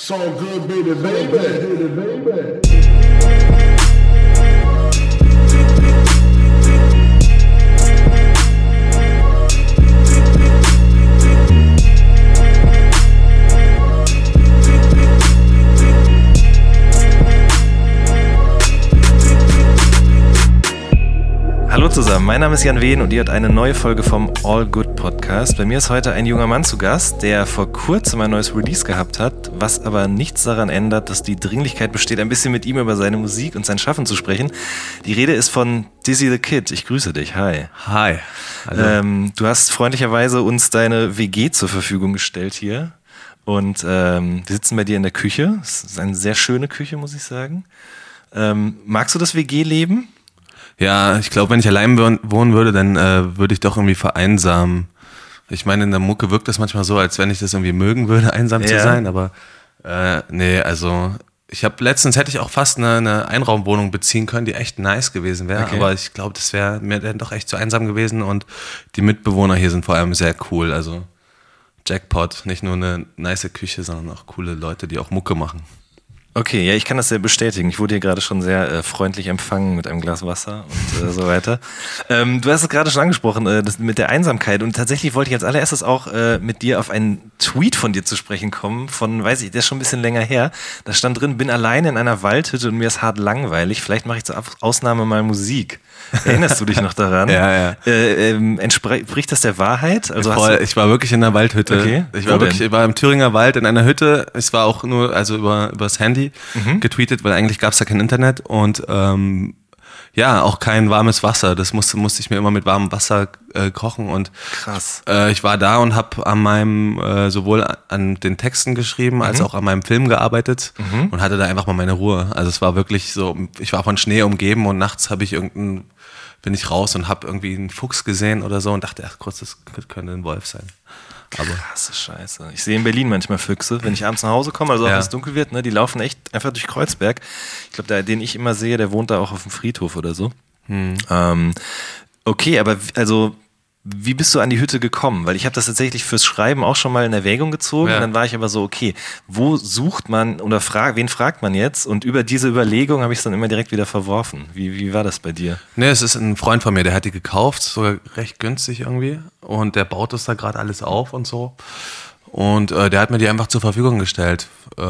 So good, baby, baby. Hallo zusammen, mein Name ist Jan Wehn und ihr hört eine neue Folge vom All Good Podcast. Bei mir ist heute ein junger Mann zu Gast, der vor kurzem ein neues Release gehabt hat, was aber nichts daran ändert, dass die Dringlichkeit besteht, ein bisschen mit ihm über seine Musik und sein Schaffen zu sprechen. Die Rede ist von Dizzy the Kid. Ich grüße dich. Hi. Hi. Du hast freundlicherweise uns deine WG zur Verfügung gestellt hier und wir sitzen bei dir in der Küche. Es ist eine sehr schöne Küche, muss ich sagen. Magst du das WG-Leben? Ja, ich glaube, wenn ich allein wohnen würde, dann würde ich doch irgendwie vereinsamen. Ich meine, in der Mucke wirkt das manchmal so, als wenn ich das irgendwie mögen würde, einsam zu sein, aber nee, also letztens hätte ich auch fast eine Einraumwohnung beziehen können, die echt nice gewesen wäre, okay. Aber ich glaube, das wäre mir dann doch echt zu einsam gewesen und die Mitbewohner hier sind vor allem sehr cool, also Jackpot, nicht nur eine nice Küche, sondern auch coole Leute, die auch Mucke machen. Okay, ja, ich kann das sehr bestätigen. Ich wurde hier gerade schon sehr freundlich empfangen mit einem Glas Wasser und so weiter. Du hast es gerade schon angesprochen, das mit der Einsamkeit. Und tatsächlich wollte ich als allererstes auch mit dir auf einen Tweet von dir zu sprechen kommen, der ist schon ein bisschen länger her. Da stand drin, bin alleine in einer Waldhütte und mir ist hart langweilig. Vielleicht mache ich zur Ausnahme mal Musik. Erinnerst du dich noch daran? Ja. Entspricht das der Wahrheit? Also ich war wirklich in einer Waldhütte. Okay. Ich war im Thüringer Wald in einer Hütte. Es war auch nur übers Handy getweetet, weil eigentlich gab es da kein Internet und auch kein warmes Wasser. Das musste ich mir immer mit warmem Wasser kochen und krass. Ich war da und habe an meinem sowohl an den Texten geschrieben als auch an meinem Film gearbeitet und hatte da einfach mal meine Ruhe. Also es war wirklich so, ich war von Schnee umgeben und nachts bin ich raus und habe irgendwie einen Fuchs gesehen oder so und dachte, ach kurz, das könnte ein Wolf sein. Aber krasse Scheiße. Ich sehe in Berlin manchmal Füchse, wenn ich abends nach Hause komme, also auch wenn es dunkel wird, ne, die laufen echt einfach durch Kreuzberg. Ich glaube, den ich immer sehe, der wohnt da auch auf dem Friedhof oder so. Okay, aber also wie bist du an die Hütte gekommen? Weil ich habe das tatsächlich fürs Schreiben auch schon mal in Erwägung gezogen. Dann war ich aber so, okay, wo sucht man oder wen fragt man jetzt? Und über diese Überlegung habe ich es dann immer direkt wieder verworfen. Wie war das bei dir? Nee, es ist ein Freund von mir, der hat die gekauft, sogar recht günstig irgendwie. Und der baut das da gerade alles auf und so. Und der hat mir die einfach zur Verfügung gestellt.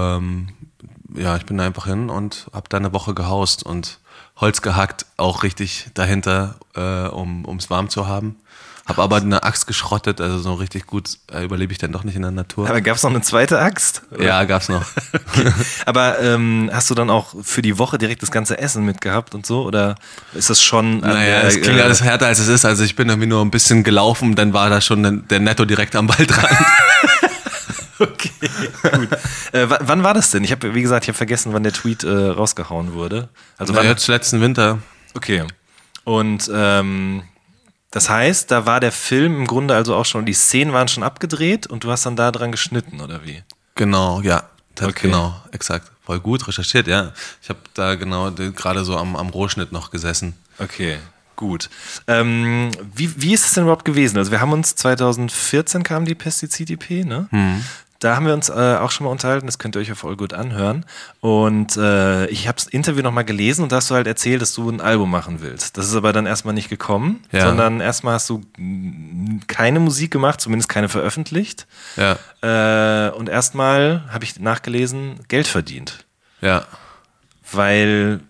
Ich bin da einfach hin und habe da eine Woche gehaust und Holz gehackt, auch richtig dahinter, um es warm zu haben. Habe aber eine Axt geschrottet, also so richtig gut überlebe ich dann doch nicht in der Natur. Aber gab es noch eine zweite Axt? Oder? Ja, gab's noch. Okay. Aber hast du dann auch für die Woche direkt das ganze Essen mitgehabt und so? Oder ist das schon... es klingt alles härter, als es ist. Also ich bin irgendwie nur ein bisschen gelaufen, dann war da schon der Netto direkt am Waldrand. Okay, gut. Wann war das denn? Ich habe vergessen, wann der Tweet rausgehauen wurde. Also jetzt letzten Winter. Okay. Und das heißt, da war der Film im Grunde also auch schon, die Szenen waren schon abgedreht und du hast dann da dran geschnitten, oder wie? Genau, ja. Okay. Genau, exakt. Voll gut recherchiert, ja. Ich habe da genau gerade so am Rohschnitt noch gesessen. Okay, gut. Wie ist es denn überhaupt gewesen? Also wir haben uns 2014 kam die Pestizid-EP, ne? Da haben wir uns auch schon mal unterhalten, das könnt ihr euch auf All Good anhören. Und ich habe das Interview nochmal gelesen und da hast du halt erzählt, dass du ein Album machen willst. Das ist aber dann erstmal nicht gekommen, sondern erstmal hast du keine Musik gemacht, zumindest keine veröffentlicht. Ja. Und erstmal habe ich nachgelesen, Geld verdient. Ja. Weil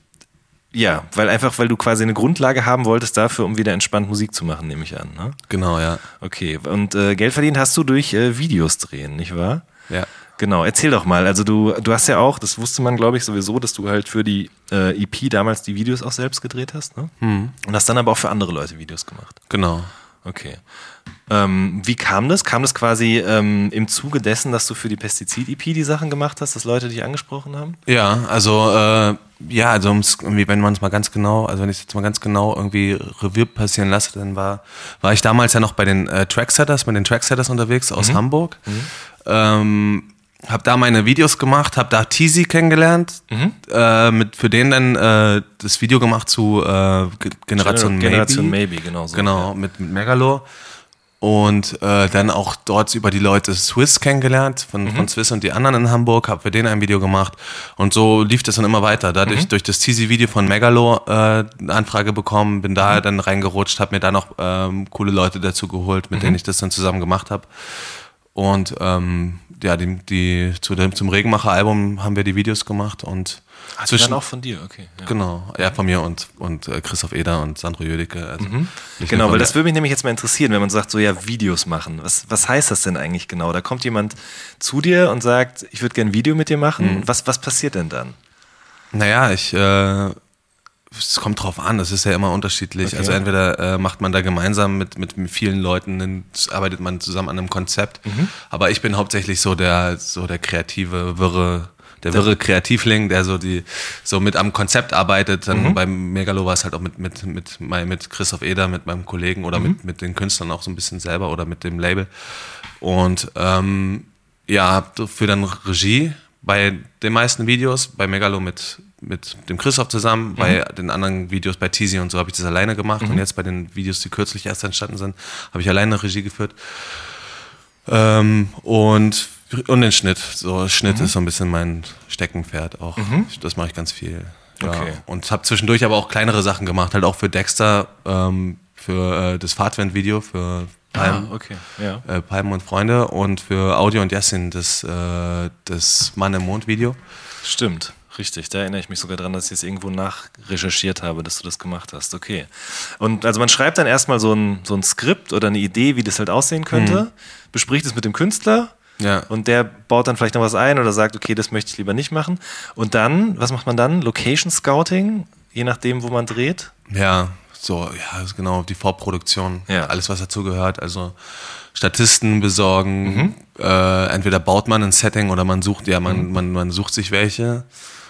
du quasi eine Grundlage haben wolltest dafür, um wieder entspannt Musik zu machen, nehme ich an. Ne? Genau, ja. Okay, und Geld verdient hast du durch Videos drehen, nicht wahr? Ja. Genau, erzähl doch mal. Also du hast ja auch, das wusste man glaube ich sowieso, dass du halt für die EP damals die Videos auch selbst gedreht hast, ne? Und hast dann aber auch für andere Leute Videos gemacht. Genau. Okay. Wie kam das? Kam das quasi im Zuge dessen, dass du für die Pestizid-EP die Sachen gemacht hast, dass Leute dich angesprochen haben? Ja, also wenn man es mal ganz genau, also wenn ich es jetzt mal ganz genau irgendwie Revue passieren lasse, dann war ich damals ja noch bei den Tracksetters unterwegs aus Hamburg. Hab da meine Videos gemacht, hab da Teasy kennengelernt, für den dann das Video gemacht zu Generation Maybe, genau so. Genau, mit Megalo. Und dann auch dort über die Leute Swiss kennengelernt, von Swiss und die anderen in Hamburg, habe für den ein Video gemacht. Und so lief das dann immer weiter. Dadurch durch das Teasy-Video von Megalo eine Anfrage bekommen, bin da dann reingerutscht, habe mir da noch coole Leute dazu geholt, mit denen ich das dann zusammen gemacht habe. Und ja, zum Regenmacher-Album haben wir die Videos gemacht und dann auch von dir, okay. Ja. Genau, ja, von mir und Christoph Eder und Sandro Jödecke. Also Genau, weil das würde mich nämlich jetzt mal interessieren, wenn man sagt, so ja, Videos machen. Was heißt das denn eigentlich genau? Da kommt jemand zu dir und sagt, ich würde gerne ein Video mit dir machen. Was passiert denn dann? Naja, es kommt drauf an, das ist ja immer unterschiedlich. Okay. Also entweder macht man da gemeinsam mit vielen Leuten, arbeitet man zusammen an einem Konzept. Aber ich bin hauptsächlich so der kreative, wirre Kreativling, der so mit am Konzept arbeitet. Dann beim Megalo war es halt auch mit Christoph Eder, mit meinem Kollegen oder mit den Künstlern auch so ein bisschen selber oder mit dem Label. Und ja, für dann Regie bei den meisten Videos, bei Megalo mit dem Christoph zusammen, bei den anderen Videos bei Teasy und so habe ich das alleine gemacht und jetzt bei den Videos, die kürzlich erst entstanden sind, habe ich alleine Regie geführt. Und den Schnitt. So Schnitt ist so ein bisschen mein Steckenpferd auch. Das mache ich ganz viel. Ja. Okay. Und habe zwischendurch aber auch kleinere Sachen gemacht, halt auch für Dexter, für das Fahrtwind-Video, für Palm, Palm und Freunde und für Audio und Yassin das Mann im Mond-Video. Stimmt. Richtig, da erinnere ich mich sogar dran, dass ich es irgendwo nachrecherchiert habe, dass du das gemacht hast. Okay. Und also man schreibt dann erstmal so ein Skript oder eine Idee, wie das halt aussehen könnte, bespricht es mit dem Künstler und der baut dann vielleicht noch was ein oder sagt, okay, das möchte ich lieber nicht machen. Und dann, was macht man dann? Location Scouting, je nachdem, wo man dreht? Ja, genau, die Vorproduktion, alles, was dazu gehört. Also Statisten besorgen, entweder baut man ein Setting oder man sucht, man sucht sich welche.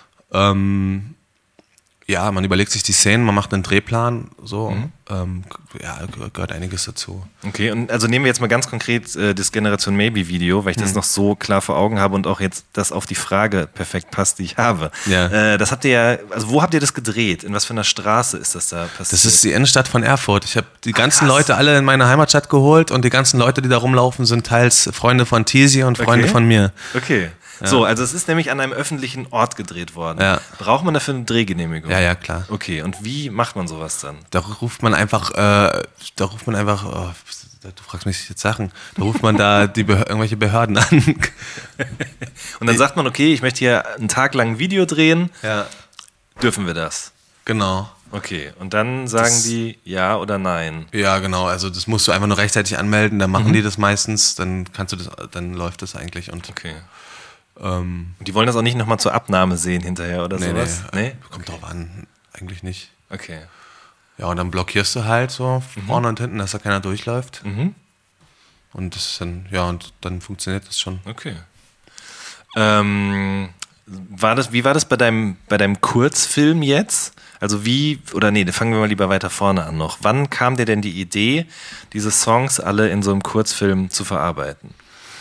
Ja, man überlegt sich die Szenen, man macht einen Drehplan, so. Gehört einiges dazu. Okay, und also nehmen wir jetzt mal ganz konkret das Generation Maybe Video, weil ich das noch so klar vor Augen habe und auch jetzt das auf die Frage perfekt passt, die ich habe. Ja. Das habt ihr ja, also wo habt ihr das gedreht? In was für einer Straße ist das da passiert? Das ist die Innenstadt von Erfurt. Ich habe die ganzen Leute alle in meine Heimatstadt geholt und die ganzen Leute, die da rumlaufen, sind teils Freunde von Teasy und Freunde von mir. Okay. Ja. So, also es ist nämlich an einem öffentlichen Ort gedreht worden. Ja. Braucht man dafür eine Drehgenehmigung? Ja, klar. Okay, und wie macht man sowas dann? Da ruft man einfach, du fragst mich jetzt Sachen, da ruft man da irgendwelche Behörden an. Und dann sagt man, okay, ich möchte hier einen Tag lang ein Video drehen. Ja. Dürfen wir das? Genau. Okay, und dann sagen die ja oder nein? Ja, genau, also das musst du einfach nur rechtzeitig anmelden, dann machen die das meistens, dann läuft das eigentlich und... Okay. Die wollen das auch nicht nochmal zur Abnahme sehen hinterher oder sowas? Nee? Kommt drauf an, eigentlich nicht. Okay. Ja, und dann blockierst du halt so vorne und hinten, dass da keiner durchläuft. Und das ist dann, und dann funktioniert das schon. Okay. Wie war das bei deinem Kurzfilm jetzt? Also fangen wir mal lieber weiter vorne an noch. Wann kam dir denn die Idee, diese Songs alle in so einem Kurzfilm zu verarbeiten?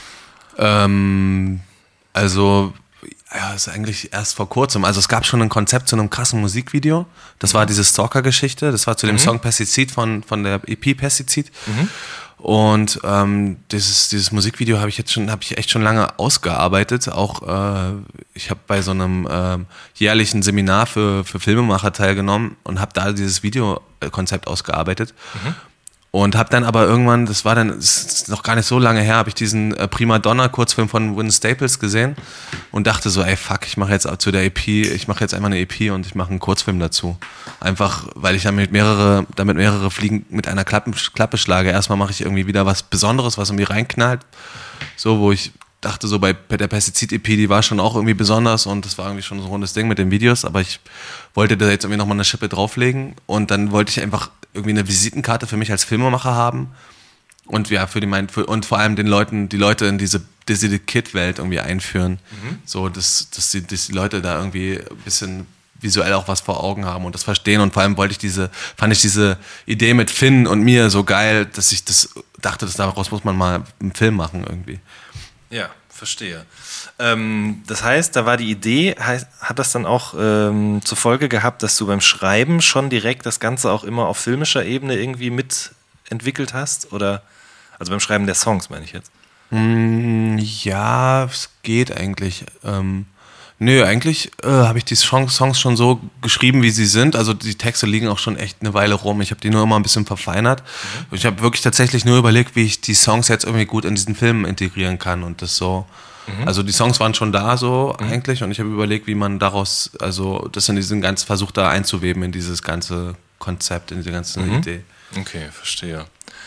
Also, ist eigentlich erst vor kurzem. Also es gab schon ein Konzept zu einem krassen Musikvideo. Das war diese Stalker-Geschichte. Das war zu dem Song Pestizid von der EP Pestizid. Und dieses Musikvideo habe ich echt schon lange ausgearbeitet. Auch ich habe bei so einem jährlichen Seminar für Filmemacher teilgenommen und habe da dieses Videokonzept ausgearbeitet. Und habe dann aber irgendwann, das ist noch gar nicht so lange her, habe ich diesen Prima Donna Kurzfilm von Win Staples gesehen und dachte so, ey fuck, ich mache jetzt zu der EP, ich mache jetzt einfach eine EP und ich mache einen Kurzfilm dazu. Einfach, weil ich damit mehrere Fliegen mit einer Klappe schlage. Erstmal mache ich irgendwie wieder was Besonderes, was irgendwie reinknallt. So, wo ich dachte so, bei der Pestizid-EP, die war schon auch irgendwie besonders und das war irgendwie schon so ein rundes Ding mit den Videos, aber ich wollte da jetzt irgendwie nochmal eine Schippe drauflegen und dann wollte ich einfach irgendwie eine Visitenkarte für mich als Filmemacher haben und und vor allem die Leute in diese Kid-Welt irgendwie einführen, so, dass die Leute da irgendwie ein bisschen visuell auch was vor Augen haben und das verstehen und vor allem fand ich diese Idee mit Finn und mir so geil, dass ich das dachte, dass daraus muss man mal einen Film machen irgendwie. Ja, verstehe. Das heißt, da war die Idee, hat das dann auch zur Folge gehabt, dass du beim Schreiben schon direkt das Ganze auch immer auf filmischer Ebene irgendwie mitentwickelt hast? Oder Also beim Schreiben der Songs, meine ich jetzt. Ja, es geht eigentlich. Nö, eigentlich habe ich die Songs schon so geschrieben, wie sie sind. Also die Texte liegen auch schon echt eine Weile rum. Ich habe die nur immer ein bisschen verfeinert. Ich habe wirklich tatsächlich nur überlegt, wie ich die Songs jetzt irgendwie gut in diesen Film integrieren kann und das so. Also die Songs waren schon da so eigentlich und ich habe überlegt, wie man daraus, also das in diesen ganz versucht da einzuweben in dieses ganze Konzept, in diese ganze Idee. Okay, verstehe.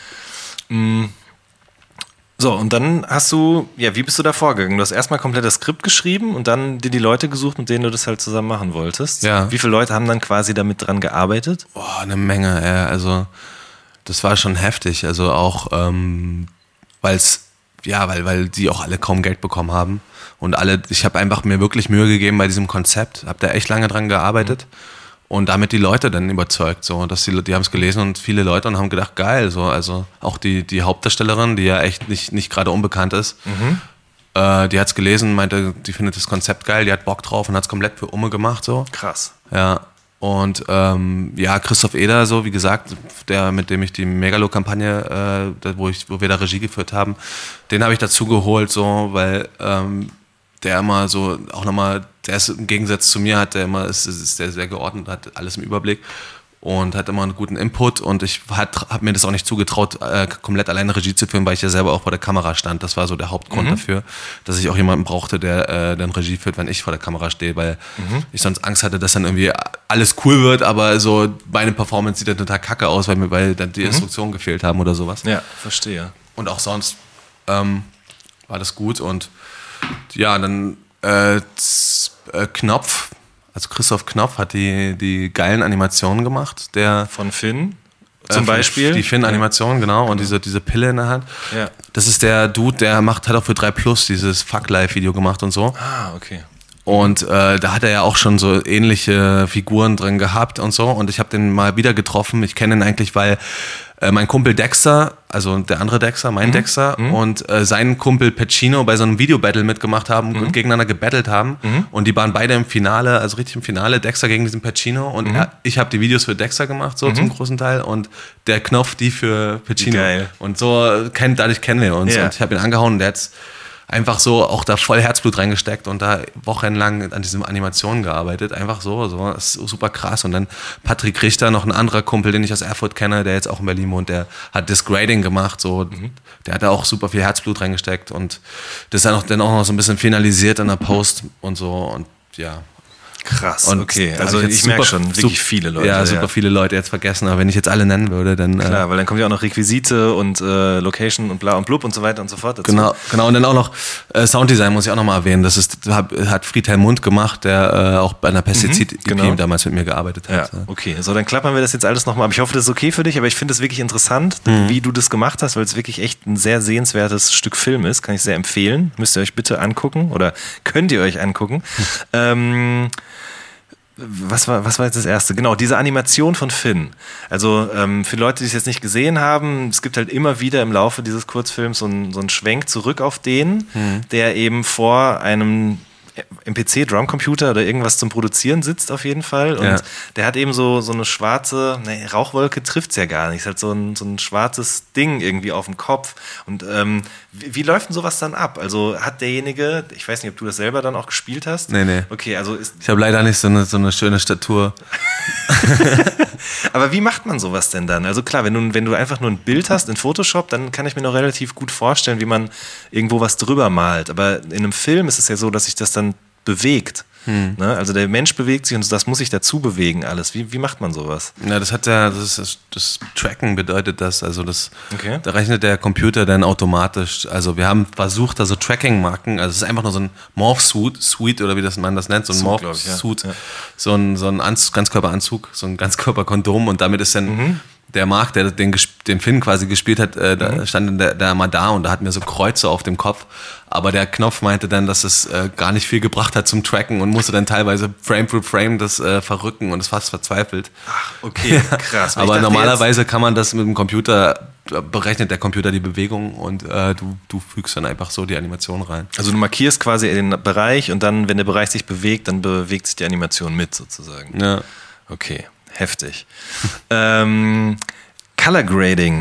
So, und dann hast du, wie bist du da vorgegangen? Du hast erstmal komplett das Skript geschrieben und dann dir die Leute gesucht, mit denen du das halt zusammen machen wolltest. Ja. Wie viele Leute haben dann quasi damit dran gearbeitet? Boah, eine Menge, also das war schon heftig, also auch, weil die auch alle kaum Geld bekommen haben und ich habe einfach mir wirklich Mühe gegeben bei diesem Konzept, habe da echt lange dran gearbeitet. Und damit die Leute dann überzeugt, so, dass die haben es gelesen und viele Leute und haben gedacht, geil, so, also auch die Hauptdarstellerin, die ja echt nicht gerade unbekannt ist, die hat es gelesen, meinte, die findet das Konzept geil, die hat Bock drauf und hat es komplett für Umme gemacht, so. Krass. Ja. Und Christoph Eder, so wie gesagt, der, mit dem ich die Megalo-Kampagne, wo wir da Regie geführt haben, den habe ich dazu geholt, so, weil der immer so auch nochmal, der ist im Gegensatz zu mir, ist der sehr geordnet, hat alles im Überblick und hat immer einen guten Input und ich habe mir das auch nicht zugetraut, komplett alleine Regie zu führen, weil ich ja selber auch vor der Kamera stand. Das war so der Hauptgrund dafür, dass ich auch jemanden brauchte, der dann Regie führt, wenn ich vor der Kamera stehe, weil ich sonst Angst hatte, dass dann irgendwie alles cool wird, aber so meine Performance sieht dann total kacke aus, weil dann die Instruktionen gefehlt haben oder sowas. Ja, verstehe. Und auch sonst war das gut und ja, dann Knopf, also Christoph Knopf hat die geilen Animationen gemacht. Der von Finn zum Beispiel? Die Finn-Animation, genau. Und diese Pille in der Hand. Ja. Das ist der Dude, der hat auch für 3+ dieses Fuck-Life-Video gemacht und so. Ah, okay. Und da hat er ja auch schon so ähnliche Figuren drin gehabt und so. Und ich habe den mal wieder getroffen. Ich kenne ihn eigentlich, weil mein Kumpel Dexter, also der andere Dexter, Dexter und sein Kumpel Pacino bei so einem Video-Battle mitgemacht haben und gegeneinander gebattelt haben. Und die waren beide im Finale, also richtig im Finale, Dexter gegen diesen Pacino. Und ich habe die Videos für Dexter gemacht, so zum großen Teil. Und der Knopf die für Pacino. Geil. Und so, dadurch kennen wir uns. Ja. Und ich habe ihn angehauen und der hat's einfach so auch da voll Herzblut reingesteckt und da wochenlang an diesen Animationen gearbeitet. Einfach so, das ist super krass. Und dann Patrick Richter, noch ein anderer Kumpel, den ich aus Erfurt kenne, der jetzt auch in Berlin wohnt, der hat das Grading gemacht, so. Der hat da auch super viel Herzblut reingesteckt und das dann auch noch so ein bisschen finalisiert in der Post und so und ja. Krass, und okay. Also ich merke schon, wirklich viele Leute. Ja, super viele Leute jetzt vergessen, aber wenn ich jetzt alle nennen würde, dann... Klar, weil dann kommt ja auch noch Requisite und Location und bla und blub und so weiter und so fort dazu. Genau, und dann auch noch Sounddesign muss ich auch nochmal erwähnen. Das hat Friedhelm Mund gemacht, der auch bei einer Pestizid-EP damals mit mir gearbeitet hat. Ja, okay. So, dann klappern wir das jetzt alles nochmal ab. Ich hoffe, das ist okay für dich, aber ich finde es wirklich interessant, wie du das gemacht hast, weil es wirklich echt ein sehr sehenswertes Stück Film ist. Kann ich sehr empfehlen. Müsst ihr euch bitte angucken oder könnt ihr euch angucken. Was war jetzt das erste? Genau, diese Animation von Finn. Also für Leute, die es jetzt nicht gesehen haben, es gibt halt immer wieder im Laufe dieses Kurzfilms so einen Schwenk zurück auf den, der eben vor einem MPC-Drumcomputer oder irgendwas zum Produzieren sitzt auf jeden Fall. Und der hat eben so eine schwarze, Rauchwolke trifft's ja gar nicht. Es ist halt so ein schwarzes Ding irgendwie auf dem Kopf. Und wie läuft denn sowas dann ab? Also hat derjenige, ich weiß nicht, ob du das selber dann auch gespielt hast? Nee. Okay, also ich habe leider nicht so eine schöne Statur. Aber wie macht man sowas denn dann? Also klar, wenn du einfach nur ein Bild hast in Photoshop, dann kann ich mir noch relativ gut vorstellen, wie man irgendwo was drüber malt. Aber in einem Film ist es ja so, dass sich das dann bewegt. Ne? Also der Mensch bewegt sich und das muss sich dazu bewegen alles. Wie macht man sowas? Ja, das Tracken bedeutet das. Also da rechnet der Computer dann automatisch. Also wir haben versucht, da so Tracking-Marken, also es ist einfach nur so ein Morph-Suit oder wie man das nennt, so ein Morph-Suit, so ein Ganzkörperanzug, so ein Ganzkörperkondom und damit ist dann der Marc, der den Finn quasi gespielt hat, da stand der mal da und da hatten wir so Kreuze auf dem Kopf. Aber der Knopf meinte dann, dass es gar nicht viel gebracht hat zum Tracken und musste dann teilweise Frame für Frame das verrücken und ist fast verzweifelt. Ach, okay, krass. Aber normalerweise kann man das mit dem Computer, berechnet der Computer die Bewegung und du fügst dann einfach so die Animation rein. Also du markierst quasi den Bereich und dann, wenn der Bereich sich bewegt, dann bewegt sich die Animation mit sozusagen. Ja. Okay. Heftig. Color Grading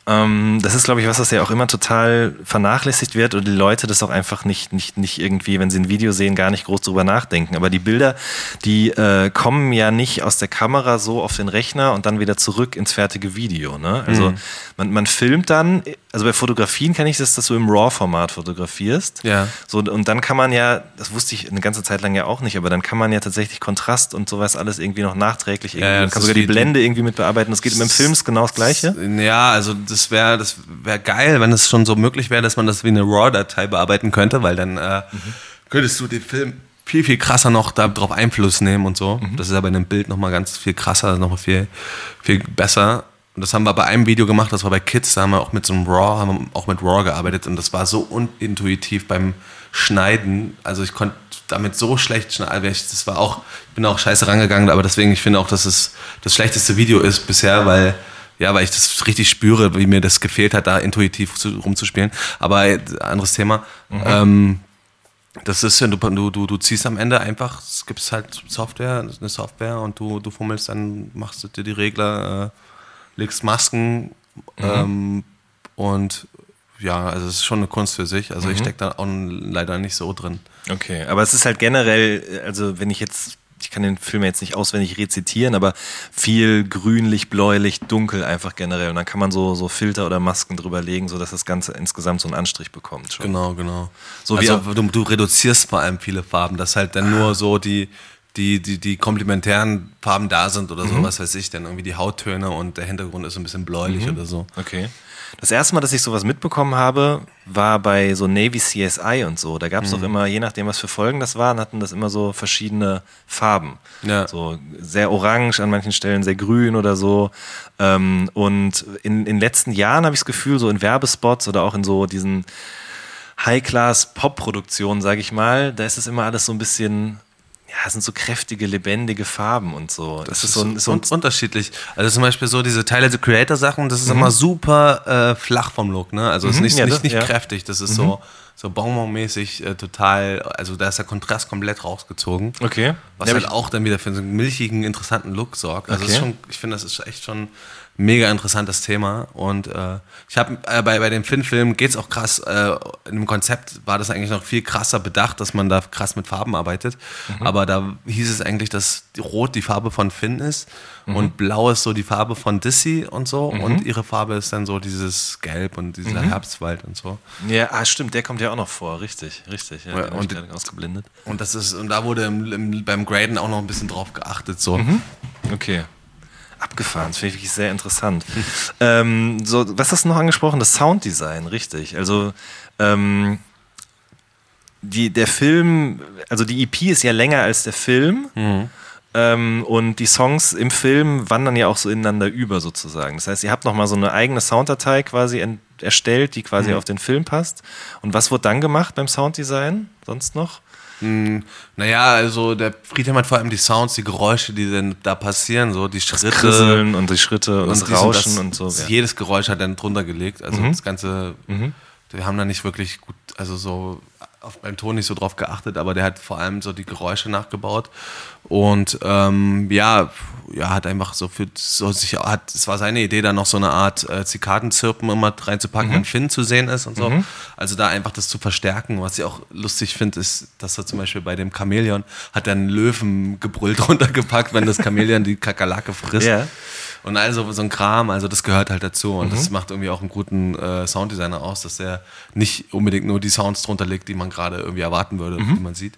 Das ist, glaube ich, was ja auch immer total vernachlässigt wird und die Leute das auch einfach nicht irgendwie, wenn sie ein Video sehen, gar nicht groß drüber nachdenken. Aber die Bilder, die kommen ja nicht aus der Kamera so auf den Rechner und dann wieder zurück ins fertige Video. Ne? Also man filmt dann, also bei Fotografien kenne ich das, dass du im RAW-Format fotografierst. Ja. So, und dann kann man ja, das wusste ich eine ganze Zeit lang ja auch nicht, aber dann kann man ja tatsächlich Kontrast und sowas alles irgendwie noch nachträglich irgendwie, man kann sogar die Blende irgendwie mit bearbeiten. Das geht mit dem Film ist genau das Gleiche. Ja, also das wär geil, wenn es schon so möglich wäre, dass man das wie eine RAW-Datei bearbeiten könnte, weil dann könntest du den Film viel, viel krasser noch darauf Einfluss nehmen und so. Das ist ja bei einem Bild nochmal ganz viel krasser, nochmal viel, viel besser. Und das haben wir bei einem Video gemacht, das war bei Kids, da haben wir auch mit so einem RAW, haben wir auch mit RAW gearbeitet und das war so unintuitiv beim Schneiden. Also ich konnte damit so schlecht schneiden, ich bin auch scheiße rangegangen, aber deswegen, ich finde auch, dass es das schlechteste Video ist bisher, weil ich das richtig spüre, wie mir das gefehlt hat, da intuitiv rumzuspielen. Aber anderes Thema. Das ist, du ziehst am Ende einfach, es gibt halt eine Software und du fummelst, dann machst du dir die Regler, legst Masken und ja, also es ist schon eine Kunst für sich. Also ich stecke da auch leider nicht so drin. Okay, aber es ist halt generell, also wenn ich kann den Film jetzt nicht auswendig rezitieren, aber viel grünlich, bläulich, dunkel einfach generell. Und dann kann man so Filter oder Masken drüber legen, sodass das Ganze insgesamt so einen Anstrich bekommt. Schon. Genau. So also du reduzierst vor allem viele Farben, dass halt dann nur so die komplementären Farben da sind oder so, was weiß ich, dann irgendwie die Hauttöne und der Hintergrund ist so ein bisschen bläulich oder so. Okay. Das erste Mal, dass ich sowas mitbekommen habe, war bei so Navy CSI und so. Da gab es doch immer, je nachdem, was für Folgen das waren, hatten das immer so verschiedene Farben. Ja. So sehr orange, an manchen Stellen sehr grün oder so. Und in den letzten Jahren habe ich das Gefühl, so in Werbespots oder auch in so diesen High-Class-Pop-Produktionen, sage ich mal, da ist es immer alles so ein bisschen... Ja, es sind so kräftige, lebendige Farben und so. Das ist so unterschiedlich. Also zum Beispiel so diese Tyler the Creator-Sachen, das ist immer super flach vom Look, ne? Also es ist nicht kräftig, das ist so Bonbon-mäßig total, also da ist der Kontrast komplett rausgezogen. Okay. Was halt auch dann wieder für so einen milchigen, interessanten Look sorgt. Also ich finde, das ist echt schon mega interessantes Thema und ich habe bei dem Finn-Film geht es auch krass, in dem Konzept war das eigentlich noch viel krasser bedacht, dass man da krass mit Farben arbeitet, aber da hieß es eigentlich, dass Rot die Farbe von Finn ist und Blau ist so die Farbe von Dissy und so und ihre Farbe ist dann so dieses Gelb und dieser Herbstwald und so. Ja, stimmt, der kommt ja auch noch vor, richtig, ja, den und ich ausgeblendet. Und da wurde beim Graden auch noch ein bisschen drauf geachtet, so. Okay. Abgefahren, das finde ich wirklich sehr interessant. Was hast du noch angesprochen? Das Sounddesign, richtig. Also der Film, also die EP ist ja länger als der Film und die Songs im Film wandern ja auch so ineinander über sozusagen. Das heißt, ihr habt nochmal so eine eigene Sounddatei quasi erstellt, die quasi auf den Film passt. Und was wurde dann gemacht beim Sounddesign sonst noch? Naja, also der Friedhelm hat vor allem die Sounds, die Geräusche, die dann da passieren, so die Schritte. Das Krisseln und die Schritte und das Rauschen und so. Ja. Jedes Geräusch hat dann drunter gelegt, also das Ganze, wir haben da nicht wirklich gut, also so beim Ton nicht so drauf geachtet, aber der hat vor allem so die Geräusche nachgebaut und hat einfach es war seine Idee, da noch so eine Art Zikadenzirpen immer reinzupacken, wenn Finn zu sehen ist und so. Also da einfach das zu verstärken. Was ich auch lustig finde, ist, dass er zum Beispiel bei dem Chamäleon hat er einen Löwengebrüll drunter gepackt, wenn das Chamäleon die Kakerlake frisst. Yeah. Und also so ein Kram, also das gehört halt dazu und das macht irgendwie auch einen guten Sounddesigner aus, dass er nicht unbedingt nur die Sounds drunter legt, die man gerade irgendwie erwarten würde, die man sieht.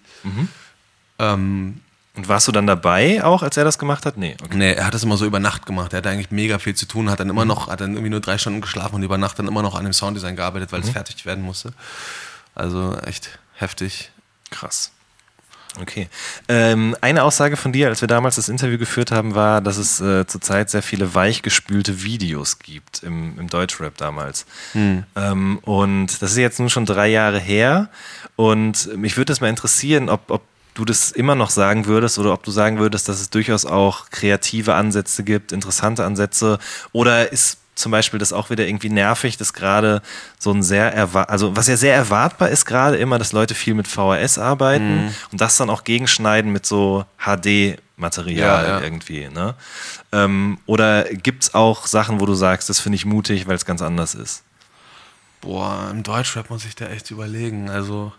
Und warst du dann dabei auch, als er das gemacht hat? Nee, okay. Nee, er hat das immer so über Nacht gemacht. Er hatte eigentlich mega viel zu tun, hat dann irgendwie nur 3 Stunden geschlafen und über Nacht dann immer noch an dem Sounddesign gearbeitet, weil es fertig werden musste. Also echt heftig. Krass. Okay. Eine Aussage von dir, als wir damals das Interview geführt haben, war, dass es zurzeit sehr viele weichgespülte Videos gibt im Deutschrap damals. Und das ist jetzt nun schon 3 Jahre her. Und mich würde das mal interessieren, ob du das immer noch sagen würdest oder ob du sagen würdest, dass es durchaus auch kreative Ansätze gibt, interessante Ansätze. Oder ist zum Beispiel das auch wieder irgendwie nervig, dass gerade so ein was ja sehr erwartbar ist gerade immer, dass Leute viel mit VHS arbeiten und das dann auch gegenschneiden mit so HD Material irgendwie, ne? Oder gibt's auch Sachen, wo du sagst, das finde ich mutig, weil es ganz anders ist? Boah, im Deutschrap muss ich da echt überlegen. Also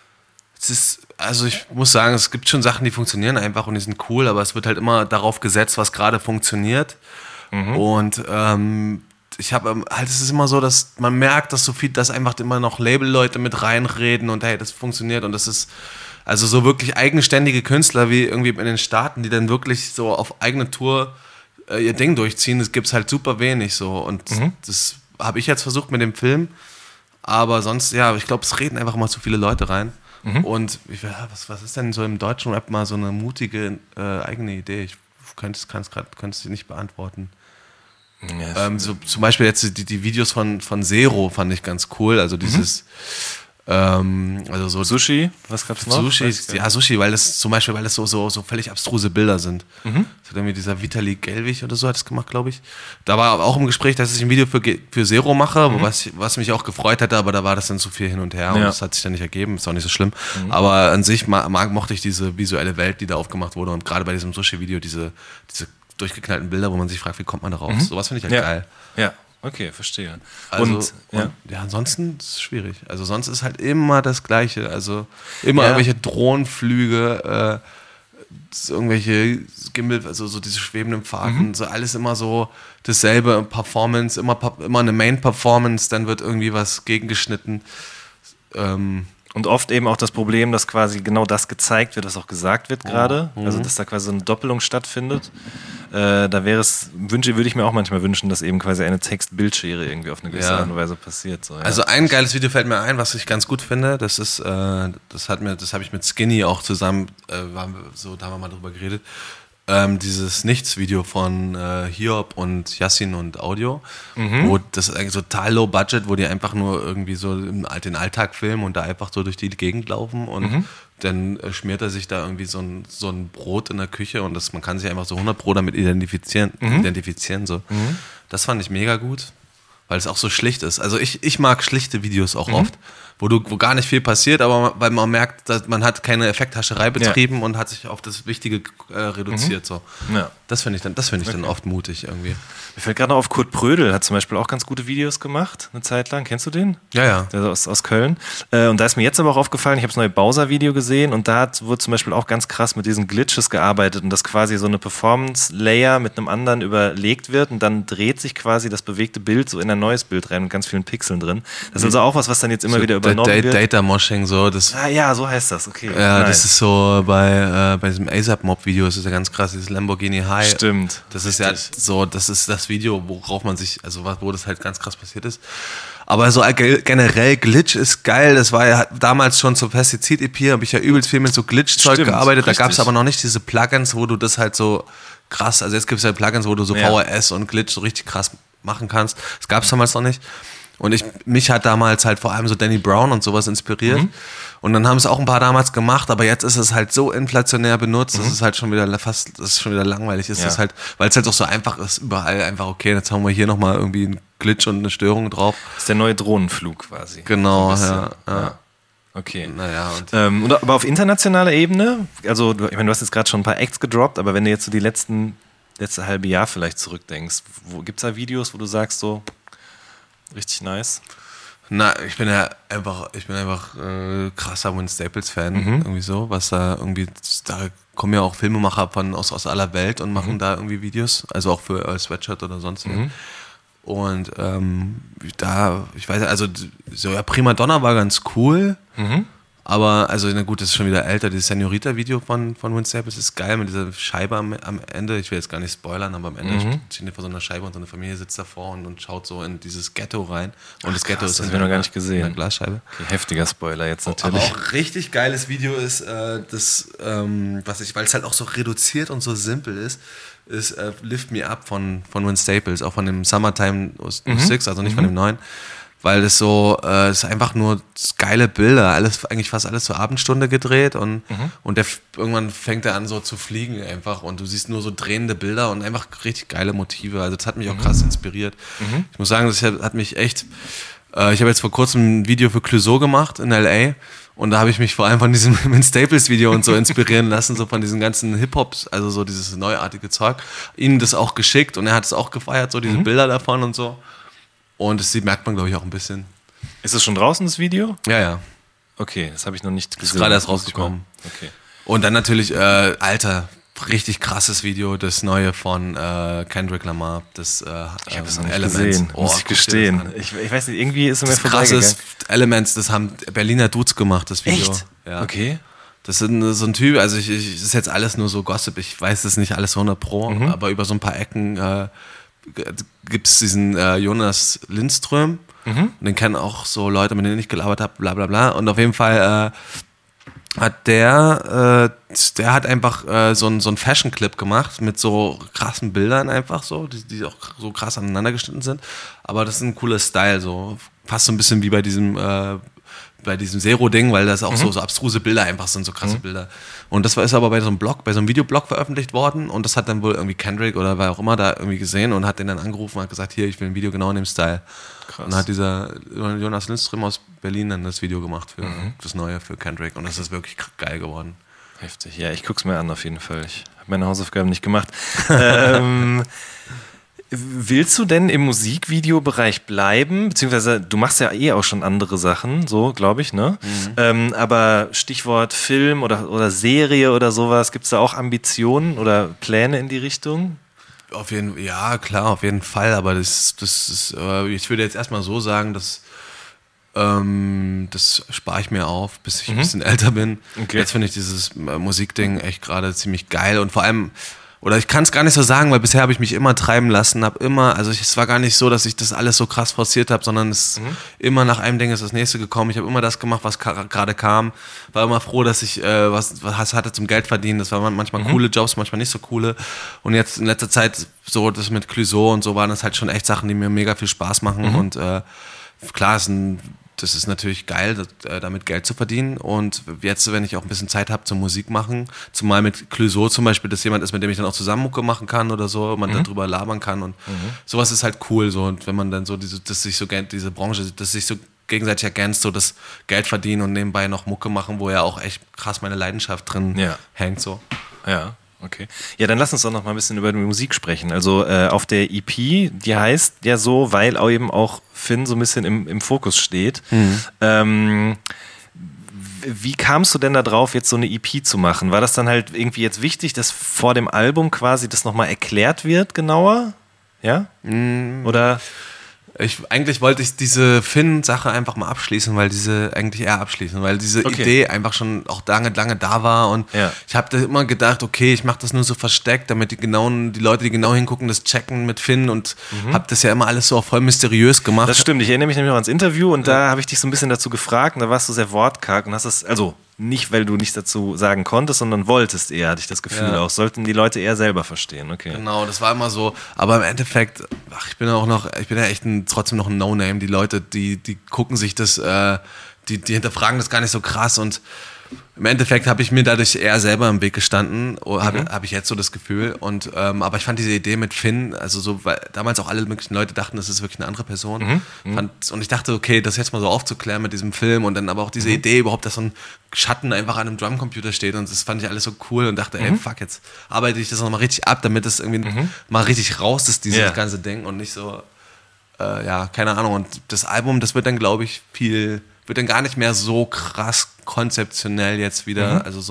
ich muss sagen, es gibt schon Sachen, die funktionieren einfach und die sind cool, aber es wird halt immer darauf gesetzt, was gerade funktioniert. Und ich habe halt, es ist immer so, dass man merkt, dass dass einfach immer noch Label-Leute mit reinreden und hey, das funktioniert und das ist also so wirklich eigenständige Künstler wie irgendwie in den Staaten, die dann wirklich so auf eigene Tour ihr Ding durchziehen, das gibt's halt super wenig so und das habe ich jetzt versucht mit dem Film, aber sonst, ja, ich glaube, es reden einfach immer zu viele Leute rein. Und was ist denn so im deutschen Rap mal so eine mutige eigene Idee? Ich könnte es nicht beantworten. Ja, so, zum Beispiel jetzt die Videos von Zero fand ich ganz cool. Also dieses also so Sushi, was gab's noch? Sushi, weil das zum Beispiel, weil das so völlig abstruse Bilder sind. Das hat irgendwie dieser Vitali Gelwig oder so hat es gemacht, glaube ich. Da war auch im Gespräch, dass ich ein Video für Zero mache, was mich auch gefreut hätte, aber da war das dann zu viel hin und her und das hat sich dann nicht ergeben, ist auch nicht so schlimm. Aber an sich mochte ich diese visuelle Welt, die da aufgemacht wurde und gerade bei diesem Sushi-Video diese durchgeknallten Bilder, wo man sich fragt, wie kommt man da raus? Sowas finde ich halt geil. Ja. Okay, verstehe. Also, ansonsten ist es schwierig. Also sonst ist halt immer das Gleiche. Also immer irgendwelche Drohnenflüge, irgendwelche Gimbal, also so diese schwebenden Fahrten, so alles immer so dasselbe, Performance, immer eine Main-Performance, dann wird irgendwie was gegengeschnitten. Und oft eben auch das Problem, dass quasi genau das gezeigt wird, was auch gesagt wird gerade. Also dass da quasi so eine Doppelung stattfindet. Da würde ich mir auch manchmal wünschen, dass eben quasi eine Text-Bild-Schere irgendwie auf eine gewisse Art und Weise passiert. So, ja. Also ein geiles Video fällt mir ein, was ich ganz gut finde. Das ist, das habe ich mit Skinny auch zusammen, da haben wir mal drüber geredet. Dieses Nichts-Video von Hiob und Yassin und Audio, wo das ist eigentlich total low budget, wo die einfach nur irgendwie so den Alltag filmen und da einfach so durch die Gegend laufen und dann schmiert er sich da irgendwie so ein Brot in der Küche und man kann sich einfach so 100 Pro damit identifizieren so. Das fand ich mega gut, weil es auch so schlicht ist. Also ich mag schlichte Videos auch oft, wo gar nicht viel passiert, aber weil man merkt, dass man hat keine Effekthascherei betrieben und hat sich auf das Wichtige reduziert. So. Ja. Das finde ich dann oft mutig irgendwie. Mir fällt gerade noch auf, Kurt Prödel hat zum Beispiel auch ganz gute Videos gemacht, eine Zeit lang. Kennst du den? Ja. Der ist aus Köln. Und da ist mir jetzt aber auch aufgefallen, ich habe das neue Bowser-Video gesehen und da wurde zum Beispiel auch ganz krass mit diesen Glitches gearbeitet und dass quasi so eine Performance-Layer mit einem anderen überlegt wird und dann dreht sich quasi das bewegte Bild so in ein neues Bild rein mit ganz vielen Pixeln drin. Das ist also auch was dann jetzt immer wieder übernommen wird. Data Moshing, so. Ja, so heißt das, okay. Ja, nice. Das ist so bei diesem ASAP-Mob-Video, das ist ja ganz krass, dieses Lamborghini High. Stimmt. Das ist ja so, das ist das Video, worauf man sich, also wo das halt ganz krass passiert ist. Aber so generell Glitch ist geil. Das war ja damals schon zur Pestizid-EP, habe ich ja übelst viel mit so Glitch-Zeug gearbeitet. Richtig. Da gab es aber noch nicht diese Plugins, wo du das halt so krass, also jetzt gibt es ja Plugins, wo du so VHS und Glitch so richtig krass machen kannst. Das gab es damals noch nicht. Und mich hat damals halt vor allem so Danny Brown und sowas inspiriert. Und dann haben es auch ein paar damals gemacht, aber jetzt ist es halt so inflationär benutzt, dass es halt schon wieder langweilig ist. Das halt, weil es halt auch so einfach ist, überall einfach, okay, jetzt haben wir hier nochmal irgendwie einen Glitch und eine Störung drauf. Das ist der neue Drohnenflug quasi. Genau, so ja. Okay. Naja, aber auf internationaler Ebene, also ich meine, du hast jetzt gerade schon ein paar Acts gedroppt, aber wenn du jetzt so die letzte halbe Jahr vielleicht zurückdenkst, gibt es da Videos, wo du sagst so, richtig nice? Na, ich bin einfach krasser Win Staples Fan, irgendwie so, was da irgendwie, da kommen ja auch Filmemacher aus aller Welt und machen da irgendwie Videos, also auch für Sweatshirt oder sonst was. Und ich weiß, also so ja, Prima Donna war ganz cool, aber also na gut, das ist schon wieder älter, dieses Senorita-Video von Win Staples ist geil mit dieser Scheibe am Ende, ich will jetzt gar nicht spoilern, aber am Ende stehen die vor so einer Scheibe und so eine Familie sitzt davor und schaut so in dieses Ghetto rein und das Ghetto ist das haben wir noch gar nicht gesehen. In der Glasscheibe. Okay, heftiger Spoiler jetzt natürlich. Aber auch richtig geiles Video ist, weil es halt auch so reduziert und so simpel ist Lift Me Up von Win Staples, auch von dem Summertime 06, also nicht von dem neuen. Weil das so, es ist einfach nur geile Bilder, eigentlich fast alles zur Abendstunde gedreht und irgendwann fängt er an so zu fliegen einfach und du siehst nur so drehende Bilder und einfach richtig geile Motive, also das hat mich auch krass inspiriert. Ich muss sagen, das hat mich echt Ich habe jetzt vor kurzem ein Video für Clouseau gemacht in L.A. und da habe ich mich vor allem von diesem Vince Staples Video und so inspirieren lassen, so von diesen ganzen Hip-Hops, also so dieses neuartige Zeug. Ihm das auch geschickt und er hat es auch gefeiert, so diese Bilder davon und so. Und das merkt man, glaube ich, auch ein bisschen. Ist es schon draußen, das Video? Ja. Okay, das habe ich noch nicht gesehen. Ist gerade erst rausgekommen. Okay. Und dann natürlich, Alter, richtig krasses Video, das neue von Kendrick Lamar, das Ich habe es noch nicht Elements. gesehen, muss ich gestehen. Ich weiß nicht, irgendwie ist es mir vorbeigegangen. Krasses Elements, das haben Berliner Dudes gemacht, das Video. Echt? Ja. Okay. Das ist so ein Typ, also das ist jetzt alles nur so Gossip, ich weiß das nicht alles 100%, aber über so ein paar Ecken gibt es diesen Jonas Lindström, und den kennen auch so Leute, mit denen ich gelabert habe, bla bla bla, und auf jeden Fall hat der hat einfach so einen Fashion-Clip gemacht mit so krassen Bildern einfach so, die auch so krass aneinander geschnitten sind. Aber das ist ein cooler Style, so fast so ein bisschen wie bei diesem Zero-Ding, weil das auch so abstruse Bilder einfach sind, so krasse Bilder. Und das ist aber bei so einem Videoblog veröffentlicht worden und das hat dann wohl irgendwie Kendrick oder wer auch immer da irgendwie gesehen und hat den dann angerufen und hat gesagt, hier, ich will ein Video genau in dem Style. Krass. Und dann hat dieser Jonas Lindström aus Berlin dann das Video gemacht für das Neue, für Kendrick und das ist wirklich geil geworden. Heftig, ja, ich guck's mir an auf jeden Fall. Ich habe meine Hausaufgaben nicht gemacht. Willst du denn im Musikvideobereich bleiben? Beziehungsweise du machst ja auch schon andere Sachen, so glaube ich, ne? Aber Stichwort Film oder Serie oder sowas, gibt es da auch Ambitionen oder Pläne in die Richtung? Ja, klar, auf jeden Fall, aber das ist, ich würde jetzt erstmal so sagen, dass das spare ich mir auf, bis ich ein bisschen älter bin. Okay. Jetzt finde ich dieses Musikding echt gerade ziemlich geil und vor allem, oder ich kann es gar nicht so sagen, weil bisher habe ich mich immer treiben lassen, es war gar nicht so, dass ich das alles so krass forciert habe, sondern es immer nach einem Ding ist das nächste gekommen. Ich habe immer das gemacht, was gerade kam. War immer froh, dass ich was hatte zum Geld verdienen. Das waren manchmal coole Jobs, manchmal nicht so coole. Und jetzt in letzter Zeit so das mit Clouseau und so waren das halt schon echt Sachen, die mir mega viel Spaß machen. Und klar, das ist natürlich geil, damit Geld zu verdienen und jetzt, wenn ich auch ein bisschen Zeit habe zum Musik machen, zumal mit Clouseau zum Beispiel, dass jemand ist, mit dem ich dann auch zusammen Mucke machen kann oder so, man darüber labern kann und sowas ist halt cool so und wenn man dann so diese Branche, das sich so gegenseitig ergänzt, so das Geld verdienen und nebenbei noch Mucke machen, wo ja auch echt krass meine Leidenschaft drin hängt so. Ja. Okay. Ja, dann lass uns doch noch mal ein bisschen über die Musik sprechen. Also auf der EP, die heißt ja so, weil auch eben auch Finn so ein bisschen im Fokus steht. Wie kamst du denn da drauf, jetzt so eine EP zu machen? War das dann halt irgendwie jetzt wichtig, dass vor dem Album quasi das nochmal erklärt wird, genauer? Ja? Oder... Eigentlich wollte ich diese Finn-Sache einfach mal abschließen, weil diese Idee einfach schon auch lange da war und ich habe da immer gedacht, okay, ich mache das nur so versteckt, damit die Leute, die genau hingucken, das checken mit Finn und habe das ja immer alles so auch voll mysteriös gemacht. Das stimmt, ich erinnere mich nämlich noch ans Interview und da habe ich dich so ein bisschen dazu gefragt und da warst du sehr wortkarg und hast das, also nicht, weil du nichts dazu sagen konntest, sondern wolltest eher, hatte ich das Gefühl auch. Sollten die Leute eher selber verstehen, okay. Genau, das war immer so. Aber im Endeffekt, ich bin ja echt trotzdem noch ein No-Name. Die Leute, die gucken sich das, die hinterfragen das gar nicht so krass und im Endeffekt habe ich mir dadurch eher selber im Weg gestanden, habe ich jetzt so das Gefühl. Und aber ich fand diese Idee mit Finn, also so, weil damals auch alle möglichen Leute dachten, das ist wirklich eine andere Person. Und ich dachte, okay, das jetzt mal so aufzuklären mit diesem Film und dann aber auch diese Idee überhaupt, dass so ein Schatten einfach an einem Drumcomputer steht und das fand ich alles so cool und dachte, ey, fuck, jetzt arbeite ich das nochmal richtig ab, damit das irgendwie mal richtig raus ist, dieses ganze Ding und nicht so, keine Ahnung. Und das Album, das wird dann, glaube ich, wird dann gar nicht mehr so krass konzeptionell jetzt wieder, also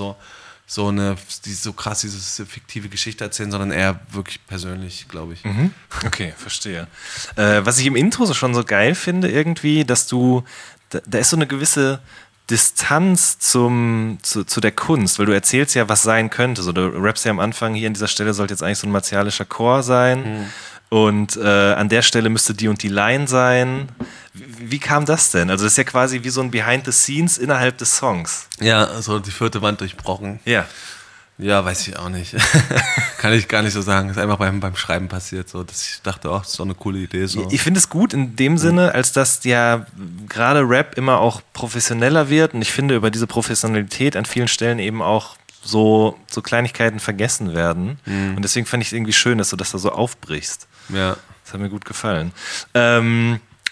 so krass diese fiktive Geschichte erzählen, sondern eher wirklich persönlich, glaube ich. Okay, verstehe. Was ich im Intro so schon so geil finde irgendwie, dass da ist so eine gewisse Distanz zu der Kunst, weil du erzählst ja, was sein könnte. So, du rappst ja am Anfang, hier an dieser Stelle sollte jetzt eigentlich so ein martialischer Chor sein und an der Stelle müsste die und die Line sein. Wie kam das denn? Also das ist ja quasi wie so ein Behind the Scenes innerhalb des Songs. Ja, so die vierte Wand durchbrochen. Ja. Ja, weiß ich auch nicht. Kann ich gar nicht so sagen. Ist einfach beim Schreiben passiert, so, dass ich dachte, das ist doch eine coole Idee. So. Ich finde es gut in dem Sinne, als dass ja gerade Rap immer auch professioneller wird und ich finde, über diese Professionalität an vielen Stellen eben auch so Kleinigkeiten vergessen werden. Und deswegen fand ich es irgendwie schön, dass du das da so aufbrichst. Ja. Das hat mir gut gefallen.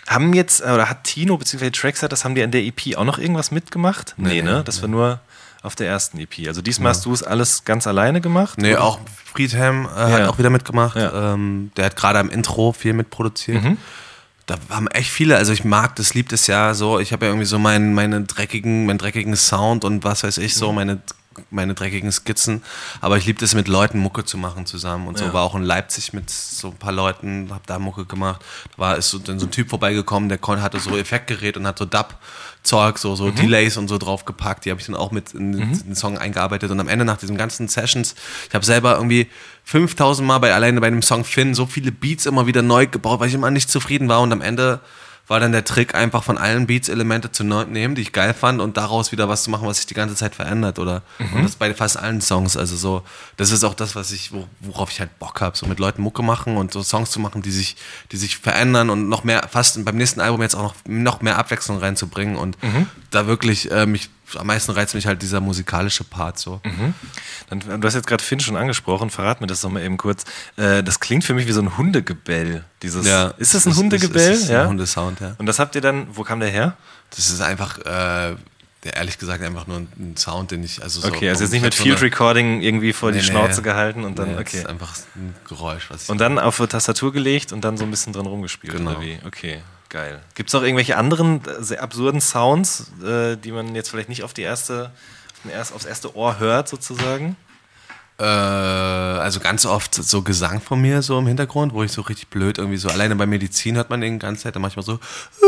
Haben jetzt, oder hat Tino bzw. Tracksetters, haben die an der EP auch noch irgendwas mitgemacht? Nee, ne? Das war nur auf der ersten EP. Also diesmal hast du es alles ganz alleine gemacht? Nee, oder? auch Friedhelm hat auch wieder mitgemacht. Ja. Der hat gerade am Intro viel mitproduziert. Da haben echt viele, also ich mag das, lieb das ja so. Ich habe ja irgendwie so meinen dreckigen Sound und was weiß ich so, meine dreckigen Skizzen, aber ich liebe das, mit Leuten Mucke zu machen zusammen und so. War auch in Leipzig mit so ein paar Leuten, hab da Mucke gemacht. Da ist dann so ein Typ vorbeigekommen, der hatte so Effektgerät und hat so Dub-Zeug, so Delays und so draufgepackt. Die habe ich dann auch mit in den Song eingearbeitet und am Ende nach diesen ganzen Sessions, ich habe selber irgendwie 5000 Mal alleine bei dem Song Finn so viele Beats immer wieder neu gebaut, weil ich immer nicht zufrieden war und am Ende war dann der Trick, einfach von allen Beats Elemente zu nehmen, die ich geil fand und daraus wieder was zu machen, was sich die ganze Zeit verändert, oder? Und das bei fast allen Songs, also so, das ist auch das, worauf ich halt Bock habe, so mit Leuten Mucke machen und so Songs zu machen, die sich verändern und noch mehr, fast beim nächsten Album jetzt auch noch mehr Abwechslung reinzubringen und da wirklich am meisten reizt mich halt dieser musikalische Part so. Du hast jetzt gerade Finn schon angesprochen, verrat mir das doch mal eben kurz. Das klingt für mich wie so ein Hundegebell. Ist das ein Hundegebell? Das ist ein Hundesound, ja. Und das habt ihr dann, wo kam der her? Das ist einfach, ehrlich gesagt, einfach nur ein Sound, den ich, also so. Okay, also jetzt nicht mit Field Recording irgendwie vor die Schnauze gehalten und dann, okay. okay. Das ist einfach ein Geräusch, was ich. Und dann auf die Tastatur gelegt und dann so ein bisschen dran rumgespielt, genau. Oder wie? Okay. Geil. Gibt es noch irgendwelche anderen sehr absurden Sounds, die man jetzt vielleicht nicht aufs erste Ohr hört, sozusagen? Also ganz oft so Gesang von mir so im Hintergrund, wo ich so richtig blöd irgendwie so, alleine bei Medizin hört man den die ganze Zeit, dann manchmal so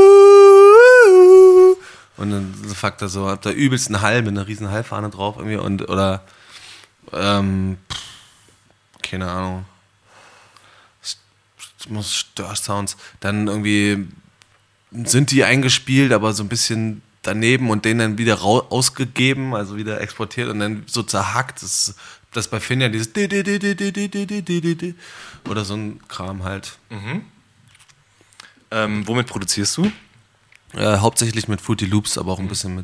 und dann fuckt er so, hab da übelst einen Hall mit einer riesen Hallfahne drauf irgendwie oder keine Ahnung. Störsounds, dann irgendwie sind die eingespielt, aber so ein bisschen daneben und den dann wieder ausgegeben, also wieder exportiert und dann so zerhackt. Das bei Finn ja dieses oder so ein Kram halt. Womit produzierst du? Hauptsächlich mit Fruity Loops, aber auch ein bisschen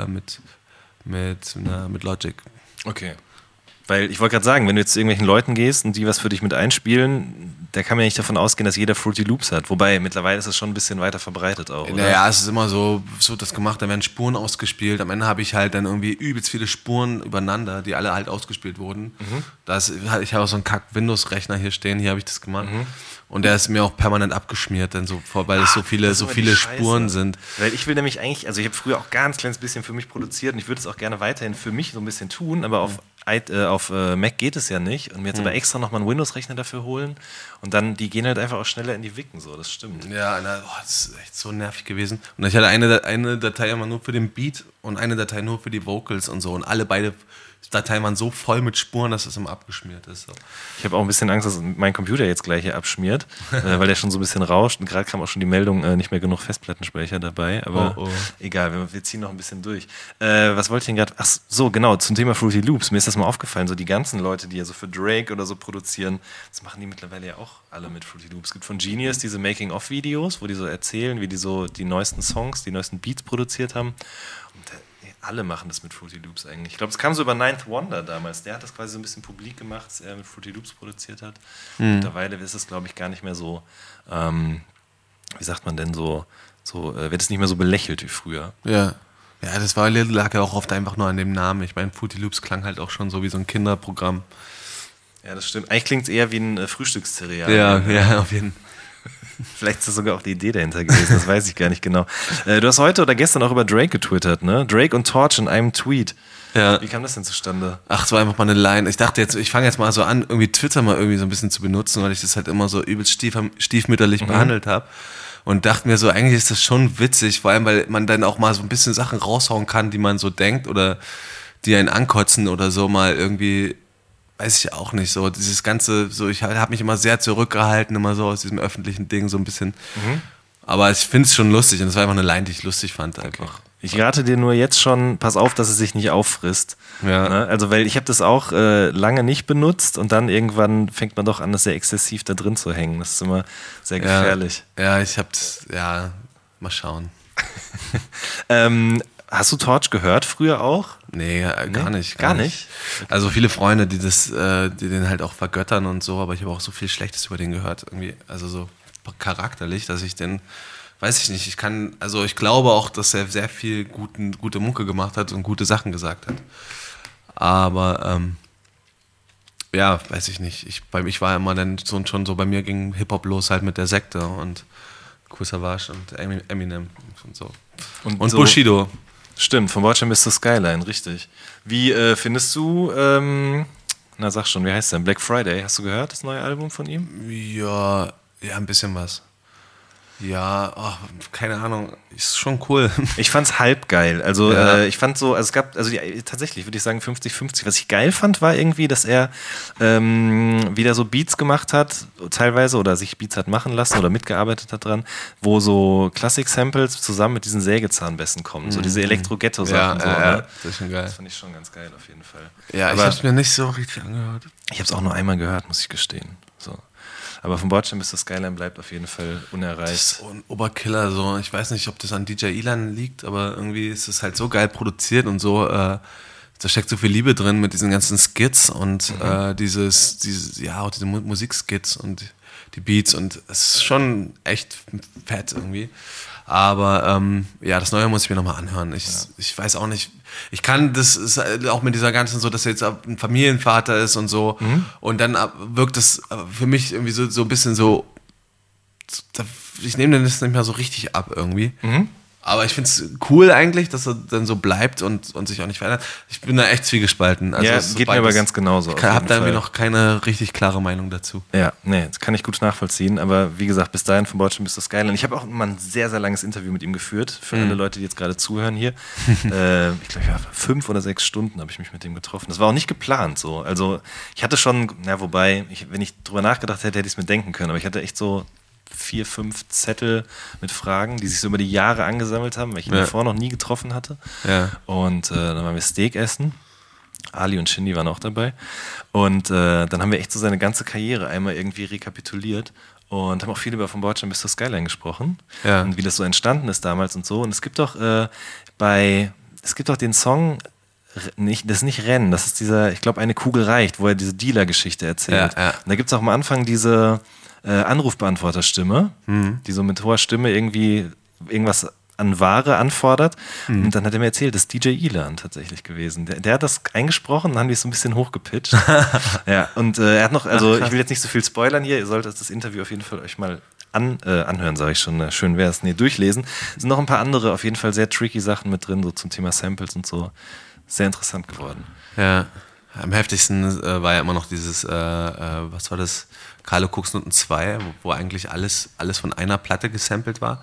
mit Logic. Okay. Weil ich wollte gerade sagen, wenn du jetzt zu irgendwelchen Leuten gehst und die was für dich mit einspielen, da kann man ja nicht davon ausgehen, dass jeder Fruity Loops hat. Wobei, mittlerweile ist es schon ein bisschen weiter verbreitet auch, oder? Naja, es ist immer so das gemacht, da werden Spuren ausgespielt. Am Ende habe ich halt dann irgendwie übelst viele Spuren übereinander, die alle halt ausgespielt wurden. Ich habe auch so einen Kack-Windows-Rechner hier stehen, hier habe ich das gemacht. Und der ist mir auch permanent abgeschmiert, dann so, weil es so viele Spuren sind. Weil ich will nämlich eigentlich, also ich habe früher auch ganz kleines bisschen für mich produziert und ich würde es auch gerne weiterhin für mich so ein bisschen tun, aber auf Mac geht es ja nicht und mir jetzt aber extra nochmal einen Windows-Rechner dafür holen und dann, die gehen halt einfach auch schneller in die Wicken, so, das stimmt. Ja, das ist echt so nervig gewesen. Und ich hatte eine Datei immer nur für den Beat und eine Datei nur für die Vocals und so und beide Dateien waren so voll mit Spuren, dass das immer abgeschmiert ist. So. Ich habe auch ein bisschen Angst, dass mein Computer jetzt gleich hier abschmiert, weil der schon so ein bisschen rauscht. Und gerade kam auch schon die Meldung, nicht mehr genug Festplattenspeicher dabei. Aber egal, wir ziehen noch ein bisschen durch. Was wollte ich denn gerade? Ach so, genau, zum Thema Fruity Loops. Mir ist das mal aufgefallen, so die ganzen Leute, die ja so für Drake oder so produzieren, das machen die mittlerweile ja auch alle mit Fruity Loops. Es gibt von Genius diese Making-of-Videos, wo die so erzählen, wie die so die neuesten Songs, die neuesten Beats produziert haben. Und alle machen das mit Fruity Loops eigentlich. Ich glaube, es kam so über Ninth Wonder damals. Der hat das quasi so ein bisschen publik gemacht, dass er mit Fruity Loops produziert hat. Mittlerweile ist es, glaube ich, gar nicht mehr so, wie sagt man denn, so wird es nicht mehr so belächelt wie früher. Ja. Ja, das lag ja auch oft einfach nur an dem Namen. Ich meine, Fruity Loops klang halt auch schon so wie so ein Kinderprogramm. Ja, das stimmt. Eigentlich klingt es eher wie ein Frühstückszereal. Ja, auf jeden Fall. Vielleicht ist das sogar auch die Idee dahinter gewesen, das weiß ich gar nicht genau. Du hast heute oder gestern auch über Drake getwittert, ne? Drake und Torch in einem Tweet. Ja. Wie kam das denn zustande? Ach, es war einfach mal eine Line. Ich dachte jetzt, ich fange jetzt mal so an, irgendwie Twitter mal irgendwie so ein bisschen zu benutzen, weil ich das halt immer so übelst stiefmütterlich behandelt habe. Und dachte mir so, eigentlich ist das schon witzig, vor allem, weil man dann auch mal so ein bisschen Sachen raushauen kann, die man so denkt oder die einen ankotzen oder so mal irgendwie. Weiß ich auch nicht, so dieses ganze, so ich habe mich immer sehr zurückgehalten, immer so aus diesem öffentlichen Ding so ein bisschen. Aber ich finde es schon lustig und es war einfach eine Line, die ich lustig fand einfach. Okay. Ich rate dir nur jetzt schon, pass auf, dass es sich nicht auffrisst. Ja. Ne? Also weil ich habe das auch lange nicht benutzt und dann irgendwann fängt man doch an, das sehr exzessiv da drin zu hängen. Das ist immer sehr gefährlich. Ja, ich hab's, mal schauen. Hast du Torch gehört früher auch? Nee, gar nicht. Gar nicht? Also viele Freunde, die den halt auch vergöttern und so, aber ich habe auch so viel Schlechtes über den gehört, irgendwie, also so charakterlich, dass ich den weiß ich nicht, ich glaube auch, dass er sehr viel gute Mucke gemacht hat und gute Sachen gesagt hat. Aber, ja, weiß ich nicht. Ich war immer dann schon so, bei mir ging Hip-Hop los halt mit der Sekte und Kool Savas und Eminem und so. Und so, Bushido. Stimmt, von Watcher bis zur Skyline, richtig. Wie findest du, sag schon, wie heißt der? Black Friday, hast du gehört, das neue Album von ihm? Ja, ein bisschen was. Ja, keine Ahnung, ist schon cool. Ich fand's halb geil. Also ich fand so, es gab, tatsächlich würde ich sagen 50-50. Was ich geil fand, war irgendwie, dass er wieder so Beats gemacht hat, teilweise, oder sich Beats hat machen lassen oder mitgearbeitet hat dran, wo so Klassik-Samples zusammen mit diesen Sägezahnbässen kommen. So diese Elektro-Ghetto-Sachen. Ja, das ist schon geil. Das fand ich schon ganz geil auf jeden Fall. Ja, aber ich hab's mir nicht so richtig angehört. Ich hab's auch nur einmal gehört, muss ich gestehen. So. Aber von Bordstein bis zur Skyline bleibt auf jeden Fall unerreicht. Das ist so ein Oberkiller, so. Ich weiß nicht, ob das an DJ Elan liegt, aber irgendwie ist es halt so geil produziert und so, da steckt so viel Liebe drin mit diesen ganzen Skits und auch diese Musikskits und die Beats und es ist schon echt fett irgendwie. Aber das Neue muss ich mir nochmal anhören. Ich weiß auch nicht. Ich kann, das ist auch mit dieser ganzen so, dass er jetzt ein Familienvater ist und so. Und dann wirkt das für mich irgendwie so ein bisschen so, ich nehme das nicht mehr so richtig ab irgendwie. Aber ich finde es cool eigentlich, dass er dann so bleibt und sich auch nicht verändert. Ich bin da echt zwiegespalten. Also ja, geht mir aber ganz genauso. Ich habe da irgendwie noch keine richtig klare Meinung dazu. Ja, das kann ich gut nachvollziehen. Aber wie gesagt, bis dahin von Bordstein bis zur Skyline. Ich habe auch mal ein sehr, sehr langes Interview mit ihm geführt. Für alle Leute, die jetzt gerade zuhören hier. Ich glaube, 5 oder 6 Stunden habe ich mich mit dem getroffen. Das war auch nicht geplant so. Also ich hatte schon, wenn ich drüber nachgedacht hätte, hätte ich es mir denken können. Aber ich hatte echt so 4, 5 Zettel mit Fragen, die sich so über die Jahre angesammelt haben, weil ich ihn davor noch nie getroffen hatte. Ja. Und dann waren wir Steak essen. Ali und Shindy waren auch dabei. Und dann haben wir echt so seine ganze Karriere einmal irgendwie rekapituliert und haben auch viel über von Bordstein bis zur Skyline gesprochen. Ja. Und wie das so entstanden ist damals und so. Und es gibt doch den Song, das ist nicht Rennen, das ist dieser, ich glaube, eine Kugel reicht, wo er diese Dealer-Geschichte erzählt. Ja. Und da gibt es auch am Anfang diese Anrufbeantworterstimme, die so mit hoher Stimme irgendwie irgendwas an Ware anfordert. Und dann hat er mir erzählt, das ist DJ Elan tatsächlich gewesen. Der hat das eingesprochen, dann haben die es so ein bisschen hochgepitcht. Ja, und er hat noch, also ich will jetzt nicht so viel spoilern hier, ihr solltet das Interview auf jeden Fall euch mal anhören, sage ich schon. Schön wäre es. Durchlesen. Es sind noch ein paar andere, auf jeden Fall sehr tricky Sachen mit drin, so zum Thema Samples und so. Sehr interessant geworden. Ja, am heftigsten war ja immer noch dieses, was war das? Carlo Koksnutten 2, wo eigentlich alles von einer Platte gesampelt war.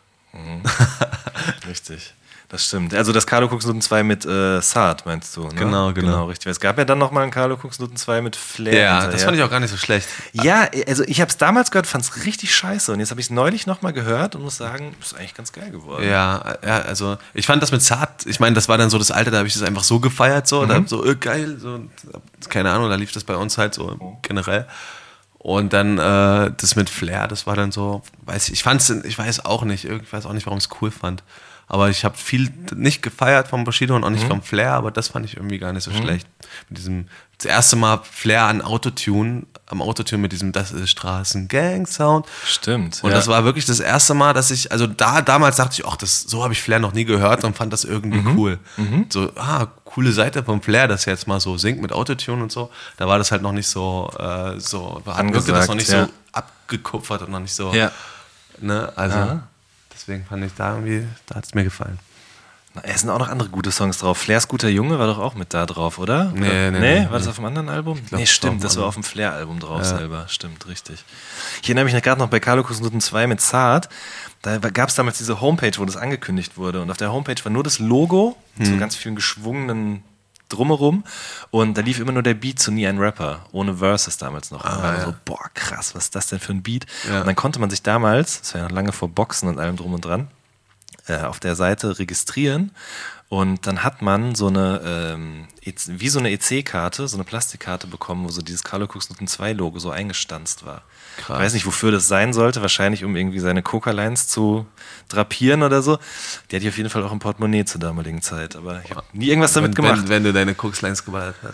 Richtig, das stimmt. Also das Carlo Koksnutten 2 mit Saad, meinst du? Ne? Genau, richtig. Es gab ja dann nochmal ein Carlo Koksnutten 2 mit Flair. Ja, hinterher. Das fand ich auch gar nicht so schlecht. Ja, also ich habe es damals gehört, fand es richtig scheiße. Und jetzt habe ich es neulich nochmal gehört und muss sagen, das ist eigentlich ganz geil geworden. Ja, also ich fand das mit Saad, ich meine, das war dann so das Alter, da habe ich das einfach so gefeiert, so, da so geil, so, keine Ahnung, da lief das bei uns halt so generell. Und dann das mit Flair, das war dann so, ich weiß auch nicht, warum ich es cool fand. Aber ich habe viel nicht gefeiert vom Bushido und auch nicht vom Flair, aber das fand ich irgendwie gar nicht so schlecht. Mit diesem, das erste Mal Flair am Autotune mit diesem Das ist Straßengang-Sound. Stimmt. Und das war wirklich das erste Mal, dass ich, also damals dachte ich, so habe ich Flair noch nie gehört und fand das irgendwie cool. So, coole Seite vom Flair, dass er jetzt mal so singt mit Autotune und so. Da war das halt noch nicht so, wirkte das noch nicht so abgekupfert und noch nicht so, ne, also deswegen fand ich da hat es mir gefallen. Es sind auch noch andere gute Songs drauf. Flairs Guter Junge war doch auch mit da drauf, oder? Nee. War das auf einem anderen Album? Nee, stimmt, das war auf dem Flair-Album drauf selber. Stimmt, richtig. Ich erinnere mich gerade noch bei Carlo Koksnutten 2 mit Saad. Da gab es damals diese Homepage, wo das angekündigt wurde. Und auf der Homepage war nur das Logo, so ganz vielen geschwungenen Drumherum. Und da lief immer nur der Beat zu Nie ein Rapper, ohne Verses damals noch. Und war so, boah, krass, was ist das denn für ein Beat? Ja. Und dann konnte man sich damals, das war ja noch lange vor Boxen und allem drum und dran, auf der Seite registrieren und dann hat man so eine wie so eine EC-Karte, so eine Plastikkarte bekommen, wo so dieses Carlo Koksnutten 2 Logo so eingestanzt war. Krass. Ich weiß nicht, wofür das sein sollte, wahrscheinlich um irgendwie seine Coca-Lines zu drapieren oder so. Die hatte ich auf jeden Fall auch im Portemonnaie zur damaligen Zeit, aber ich habe nie irgendwas damit gemacht. Wenn du deine Coca-Lines geballert hast.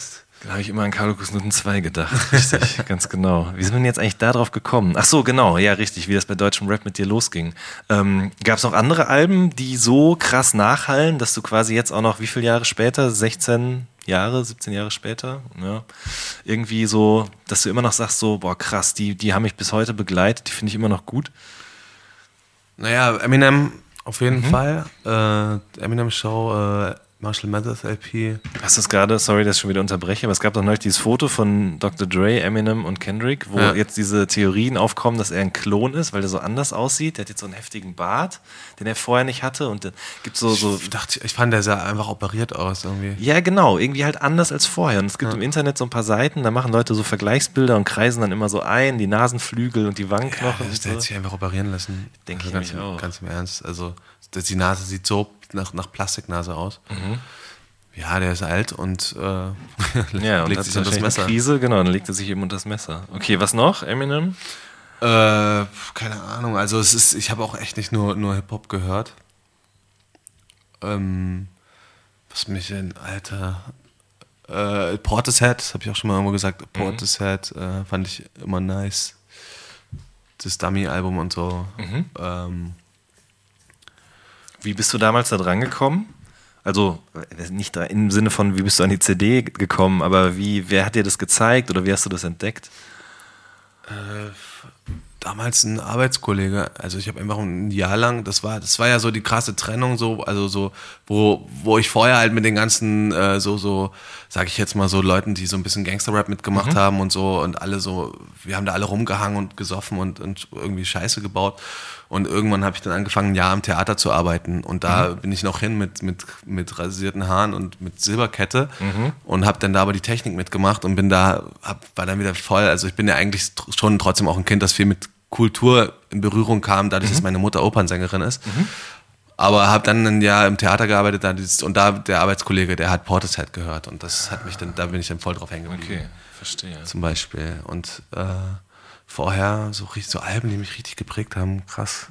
Da habe ich immer an Carlo Kusnuten 2 gedacht. Richtig, ganz genau. Wie sind wir denn jetzt eigentlich da drauf gekommen? Ach so, genau, ja, richtig, wie das bei deutschem Rap mit dir losging. Gab es noch andere Alben, die so krass nachhallen, dass du quasi jetzt auch noch, wie viele Jahre später, 16 Jahre, 17 Jahre später, ja, irgendwie so, dass du immer noch sagst, so, boah, krass, die haben mich bis heute begleitet, die finde ich immer noch gut. Naja, Eminem auf jeden Fall. Eminem Show, Marshall Mathers LP. Hast du es gerade, sorry, dass ich schon wieder unterbreche, aber es gab doch neulich dieses Foto von Dr. Dre, Eminem und Kendrick, wo jetzt diese Theorien aufkommen, dass er ein Klon ist, weil der so anders aussieht. Der hat jetzt so einen heftigen Bart, den er vorher nicht hatte und gibt so Ich fand, der sah einfach operiert aus irgendwie. Ja, genau, irgendwie halt anders als vorher. Und es gibt im Internet so ein paar Seiten, da machen Leute so Vergleichsbilder und kreisen dann immer so ein, die Nasenflügel und die Wangenknochen. Ja, der hätte sich einfach operieren lassen. Denke ich ganz, auch. Ganz im Ernst. Also die Nase sieht so nach Plastiknase aus. Ja, der ist alt und legt sich unter das Messer. Krise, genau, dann legt er sich eben unter das Messer. Okay, was noch? Eminem? Keine Ahnung, also ich habe auch echt nicht nur Hip-Hop gehört. Was mich in, Alter, Portishead, das habe ich auch schon mal irgendwo gesagt, Portishead fand ich immer nice. Das Dummy-Album und so. Wie bist du damals da dran gekommen? Also nicht im Sinne von, wie bist du an die CD gekommen, aber wer hat dir das gezeigt oder wie hast du das entdeckt? Damals ein Arbeitskollege, also ich habe einfach ein Jahr lang, das war ja so die krasse Trennung, so, also so, wo ich vorher halt mit den ganzen, sag ich jetzt mal so, Leuten, die so ein bisschen Gangster-Rap mitgemacht haben und so und alle so, wir haben da alle rumgehangen und gesoffen und irgendwie Scheiße gebaut und irgendwann habe ich dann angefangen, ein Jahr am Theater zu arbeiten und da bin ich noch hin mit rasierten Haaren und mit Silberkette und habe dann da aber die Technik mitgemacht und war dann wieder voll, also ich bin ja eigentlich schon trotzdem auch ein Kind, das viel mit Kultur in Berührung kam, dadurch, dass meine Mutter Opernsängerin ist. Aber habe dann ein Jahr im Theater gearbeitet und da der Arbeitskollege, der hat Portishead gehört und das hat mich dann, da bin ich dann voll drauf hängen geblieben. Okay, verstehe. Zum Beispiel. Und vorher so Alben, die mich richtig geprägt haben, krass.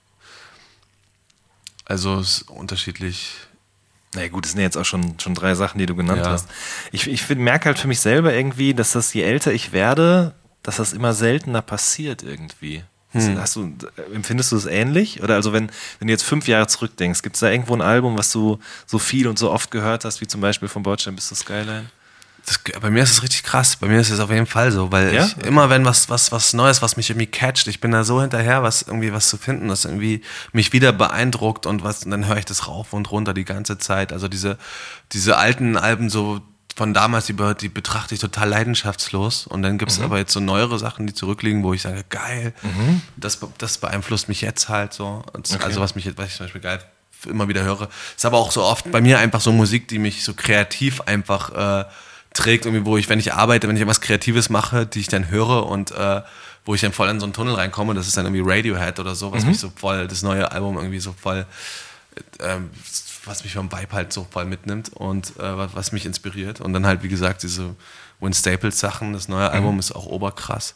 Also es ist unterschiedlich. Na gut, das sind ja jetzt auch schon 3 Sachen, die du genannt hast. Ich merke halt für mich selber irgendwie, dass das, je älter ich werde, dass das immer seltener passiert irgendwie. Empfindest du das ähnlich? Oder also wenn du jetzt 5 Jahre zurückdenkst, gibt es da irgendwo ein Album, was du so viel und so oft gehört hast, wie zum Beispiel von Bordstein bis zur Skyline? Bei mir ist es richtig krass. Bei mir ist es auf jeden Fall so, weil ich immer, wenn was Neues, was mich irgendwie catcht, ich bin da so hinterher, was zu finden, das irgendwie mich wieder beeindruckt und dann höre ich das rauf und runter die ganze Zeit. Also diese alten Alben so von damals, die betrachte ich total leidenschaftslos und dann gibt es aber jetzt so neuere Sachen, die zurückliegen, wo ich sage, geil, das beeinflusst mich jetzt halt so. Also was ich zum Beispiel geil immer wieder höre, ist aber auch so oft bei mir einfach so Musik, die mich so kreativ einfach trägt, irgendwie, wenn ich arbeite, wenn ich etwas Kreatives mache, die ich dann höre und wo ich dann voll in so einen Tunnel reinkomme, das ist dann irgendwie Radiohead oder so, was mich so voll, das neue Album irgendwie so voll was mich vom Vibe halt so voll mitnimmt und was mich inspiriert. Und dann halt, wie gesagt, diese Win Staples Sachen, das neue Album ist auch oberkrass.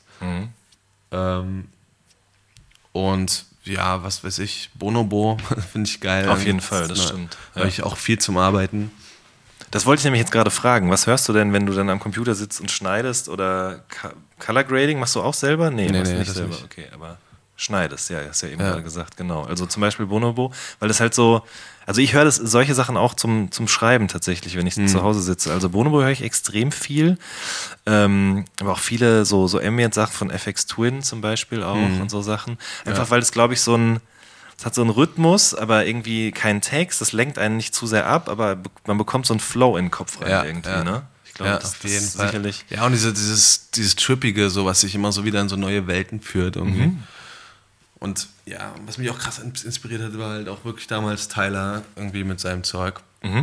Und ja, was weiß ich, Bonobo finde ich geil. Auf jeden Fall, das stimmt. Da habe ich auch viel zum Arbeiten. Das wollte ich nämlich jetzt gerade fragen. Was hörst du denn, wenn du dann am Computer sitzt und schneidest oder Color Grading machst du auch selber? Nee, machst du nicht selber. Nicht. Okay, aber schneidest, ja, hast ja eben gerade gesagt, genau. Also zum Beispiel Bonobo, weil das halt so, also ich höre solche Sachen auch zum Schreiben tatsächlich, wenn ich zu Hause sitze. Also Bonobo höre ich extrem viel, aber auch viele so Ambient-Sachen von FX Twin zum Beispiel auch und so Sachen. Einfach weil es, glaube ich, es hat so einen Rhythmus, aber irgendwie keinen Text, das lenkt einen nicht zu sehr ab, aber man bekommt so einen Flow in den Kopf rein irgendwie, ne? Ich glaube, das ist sicherlich. Ja, und dieses Trippige, so was sich immer so wieder in so neue Welten führt irgendwie. Und ja, was mich auch krass inspiriert hat, war halt auch wirklich damals Tyler irgendwie mit seinem Zeug.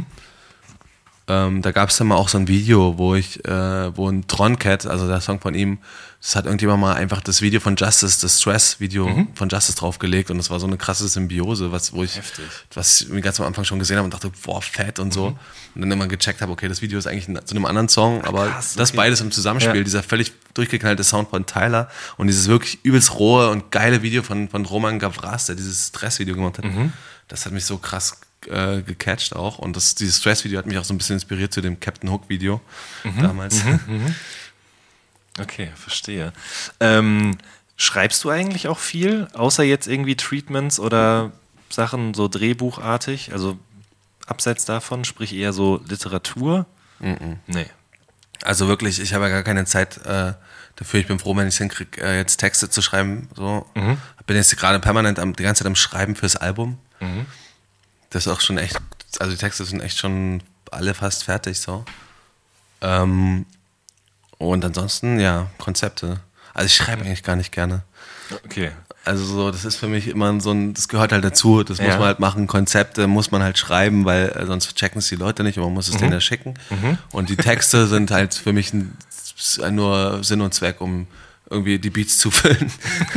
Da gab es dann mal auch so ein Video, wo ein Troncat, also der Song von ihm, das hat irgendjemand mal einfach das Video von Justice, das Stress-Video von Justice draufgelegt und das war so eine krasse Symbiose, was ich mir ganz am Anfang schon gesehen habe und dachte, boah, fett und so. Und dann immer gecheckt habe, okay, das Video ist eigentlich zu einem anderen Song, aber krass, das beides im Zusammenspiel, dieser völlig durchgeknallte Sound von Tyler und dieses wirklich übelst rohe und geile Video von Roman Gavras, der dieses Stress-Video gemacht hat, das hat mich so krass gecatcht auch. Und dieses Stress-Video hat mich auch so ein bisschen inspiriert zu dem Captain Hook-Video damals. Okay, verstehe. Schreibst du eigentlich auch viel, außer jetzt irgendwie Treatments oder Sachen so drehbuchartig? Also abseits davon, sprich eher so Literatur? Nee. Also wirklich, ich habe ja gar keine Zeit dafür. Ich bin froh, wenn ich es hinkriege, jetzt Texte zu schreiben. So. Bin jetzt gerade permanent die ganze Zeit am Schreiben fürs Album. Das ist auch schon echt, also die Texte sind echt schon alle fast fertig. So. Und ansonsten, ja, Konzepte. Also ich schreibe eigentlich gar nicht gerne. Okay. Also so, das ist für mich immer so das gehört halt dazu, das muss man halt machen, Konzepte muss man halt schreiben, weil sonst checken es die Leute nicht und man muss es denen ja schicken. Und die Texte sind halt für mich nur Sinn und Zweck, um irgendwie die Beats zu füllen.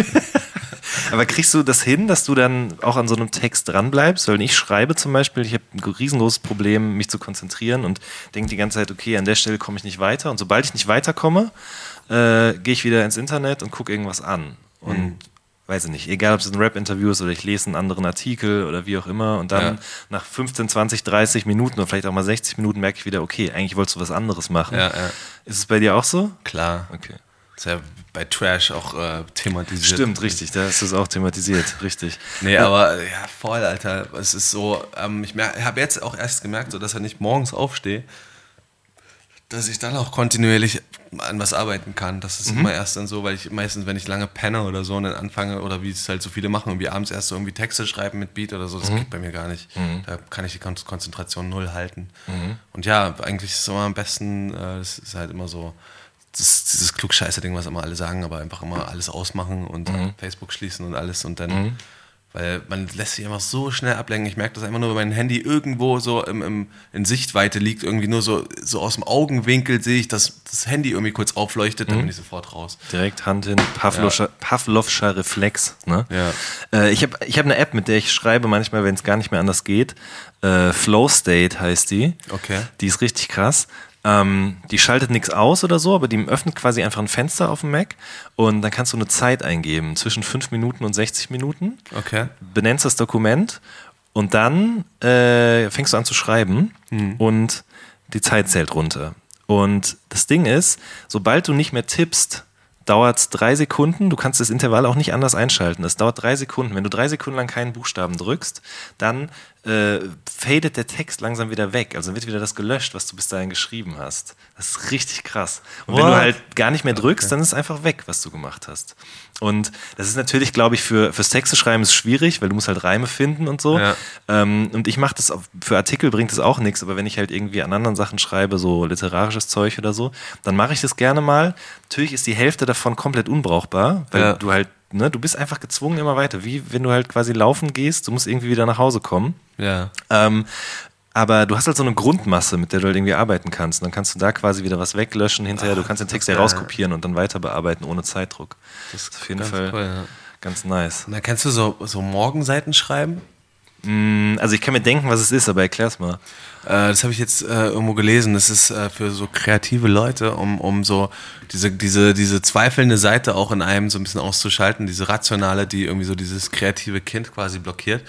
Aber kriegst du das hin, dass du dann auch an so einem Text dranbleibst? Weil ich schreibe zum Beispiel, ich habe ein riesengroßes Problem, mich zu konzentrieren und denke die ganze Zeit, okay, an der Stelle komme ich nicht weiter. Und sobald ich nicht weiterkomme, gehe ich wieder ins Internet und gucke irgendwas an. Und weiß ich nicht, egal ob es ein Rap-Interview ist oder ich lese einen anderen Artikel oder wie auch immer. Und dann nach 15, 20, 30 Minuten oder vielleicht auch mal 60 Minuten merke ich wieder, okay, eigentlich wolltest du was anderes machen. Ja. Ist es bei dir auch so? Klar. Okay. Das ist ja bei Trash auch thematisiert. Stimmt, richtig, da ist es auch thematisiert, richtig. Nee, aber ja, voll, Alter. Es ist so, ich habe jetzt auch erst gemerkt, so, dass wenn ich morgens aufstehe, dass ich dann auch kontinuierlich an was arbeiten kann. Das ist immer erst dann so, weil ich meistens, wenn ich lange penne oder so und dann anfange, oder wie es halt so viele machen, irgendwie abends erst so irgendwie Texte schreiben mit Beat oder so, das geht bei mir gar nicht. Da kann ich die Konzentration null halten. Und ja, eigentlich ist es immer am besten, es ist halt immer so, dieses Klugscheißer-Ding, was immer alle sagen, aber einfach immer alles ausmachen und Facebook schließen und alles und dann, weil man lässt sich immer so schnell ablenken. Ich merke das einfach nur, wenn mein Handy irgendwo so in Sichtweite liegt, irgendwie nur so aus dem Augenwinkel sehe ich, dass das Handy irgendwie kurz aufleuchtet, dann bin ich sofort raus. Direkt Hand hin, Pavlovscher Reflex. Ne? Ja. Ich hab eine App, mit der ich schreibe, manchmal, wenn es gar nicht mehr anders geht. Flow State heißt die. Okay. Die ist richtig krass. Die schaltet nichts aus oder so, aber die öffnet quasi einfach ein Fenster auf dem Mac und dann kannst du eine Zeit eingeben, zwischen 5 Minuten und 60 Minuten. Okay. Benennst das Dokument und dann fängst du an zu schreiben und die Zeit zählt runter. Und das Ding ist, sobald du nicht mehr tippst, dauert es 3 Sekunden. Du kannst das Intervall auch nicht anders einschalten. Das dauert 3 Sekunden. Wenn du 3 Sekunden lang keinen Buchstaben drückst, dann fadet der Text langsam wieder weg. Also wird wieder das gelöscht, was du bis dahin geschrieben hast. Das ist richtig krass. Und wenn du halt gar nicht mehr drückst, dann ist es einfach weg, was du gemacht hast. Und das ist natürlich, glaube ich, fürs Texte schreiben ist schwierig, weil du musst halt Reime finden und so. Ja. Und ich mache das, für Artikel bringt das auch nichts, aber wenn ich halt irgendwie an anderen Sachen schreibe, so literarisches Zeug oder so, dann mache ich das gerne mal. Natürlich ist die Hälfte davon komplett unbrauchbar, weil du halt, ne, du bist einfach gezwungen immer weiter, wie wenn du halt quasi laufen gehst, du musst irgendwie wieder nach Hause kommen. Ja. Aber du hast halt so eine Grundmasse, mit der du halt irgendwie arbeiten kannst. Und dann kannst du da quasi wieder was weglöschen hinterher. Du kannst den Text herauskopieren und dann weiter bearbeiten ohne Zeitdruck. Das ist auf jeden Fall cool, ganz nice. Na, kennst du so Morgenseiten schreiben? Also ich kann mir denken, was es ist, aber erklär's mal. Das habe ich jetzt irgendwo gelesen. Das ist für so kreative Leute, um so diese zweifelnde Seite auch in einem so ein bisschen auszuschalten, diese rationale, die irgendwie so dieses kreative Kind quasi blockiert.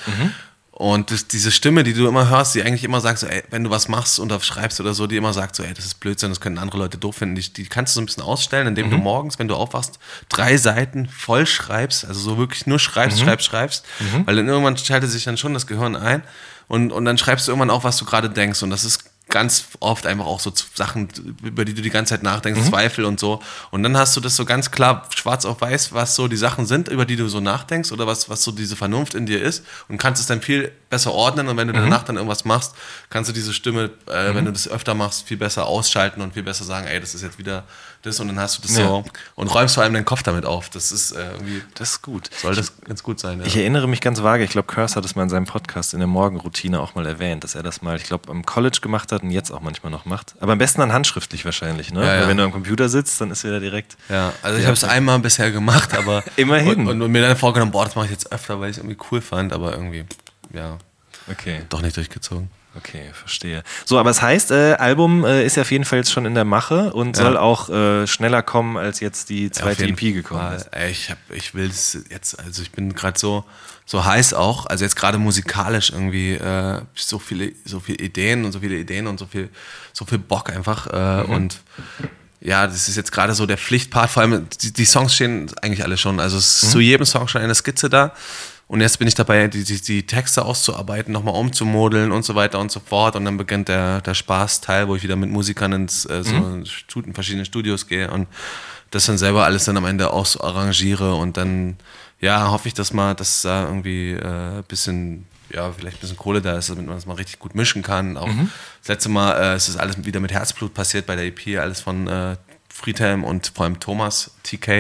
Und diese Stimme, die du immer hörst, die eigentlich immer sagt, so, ey, wenn du was machst und schreibst oder so, die immer sagt so, ey, das ist Blödsinn, das können andere Leute doof finden. Die kannst du so ein bisschen ausstellen, indem du morgens, wenn du aufwachst, 3 Seiten voll schreibst, also so wirklich nur schreibst, weil dann irgendwann schaltet sich dann schon das Gehirn ein und dann schreibst du irgendwann auch, was du gerade denkst und das ist ganz oft einfach auch so Sachen, über die du die ganze Zeit nachdenkst, Zweifel und so. Und dann hast du das so ganz klar schwarz auf weiß, was so die Sachen sind, über die du so nachdenkst oder was so diese Vernunft in dir ist und kannst es dann viel besser ordnen und wenn du danach dann irgendwas machst, kannst du diese Stimme, wenn du das öfter machst, viel besser ausschalten und viel besser sagen, ey, das ist jetzt wieder das und dann hast du das so und räumst vor allem deinen Kopf damit auf. Das ist irgendwie... Das ist gut. Soll das ganz gut sein, ja. Ich erinnere mich ganz vage, ich glaube, Curse hat es mal in seinem Podcast in der Morgenroutine auch mal erwähnt, dass er das mal, ich glaube, am College gemacht hat und jetzt auch manchmal noch macht. Aber am besten dann handschriftlich wahrscheinlich, ne? Weil wenn du am Computer sitzt, dann ist wieder direkt... Ja, also ich habe es einmal bisher gemacht, aber... Immerhin. Und mir dann vorgenommen, boah, das mache ich jetzt öfter, weil ich es irgendwie cool fand, aber irgendwie, ja, okay. Doch nicht durchgezogen. Okay, verstehe. So, aber es heißt, Album ist ja auf jeden Fall jetzt schon in der Mache und soll auch schneller kommen, als jetzt die zweite EP gekommen ist. Ich will es jetzt, also ich bin gerade so heiß auch, also jetzt gerade musikalisch irgendwie so viele Ideen und so viel Bock einfach und ja, das ist jetzt gerade so der Pflichtpart, vor allem die Songs stehen eigentlich alle schon, also es ist zu jedem Song schon eine Skizze da. Und jetzt bin ich dabei, die Texte auszuarbeiten, nochmal umzumodeln und so weiter und so fort. Und dann beginnt der Spaßteil, wo ich wieder mit Musikern in verschiedene Studios gehe und das dann selber alles dann am Ende auch so arrangiere. Und dann, ja, hoffe ich, dass da irgendwie vielleicht ein bisschen Kohle da ist, damit man das mal richtig gut mischen kann. Auch das letzte Mal es ist alles wieder mit Herzblut passiert bei der EP, alles von Friedhelm und vor allem Thomas,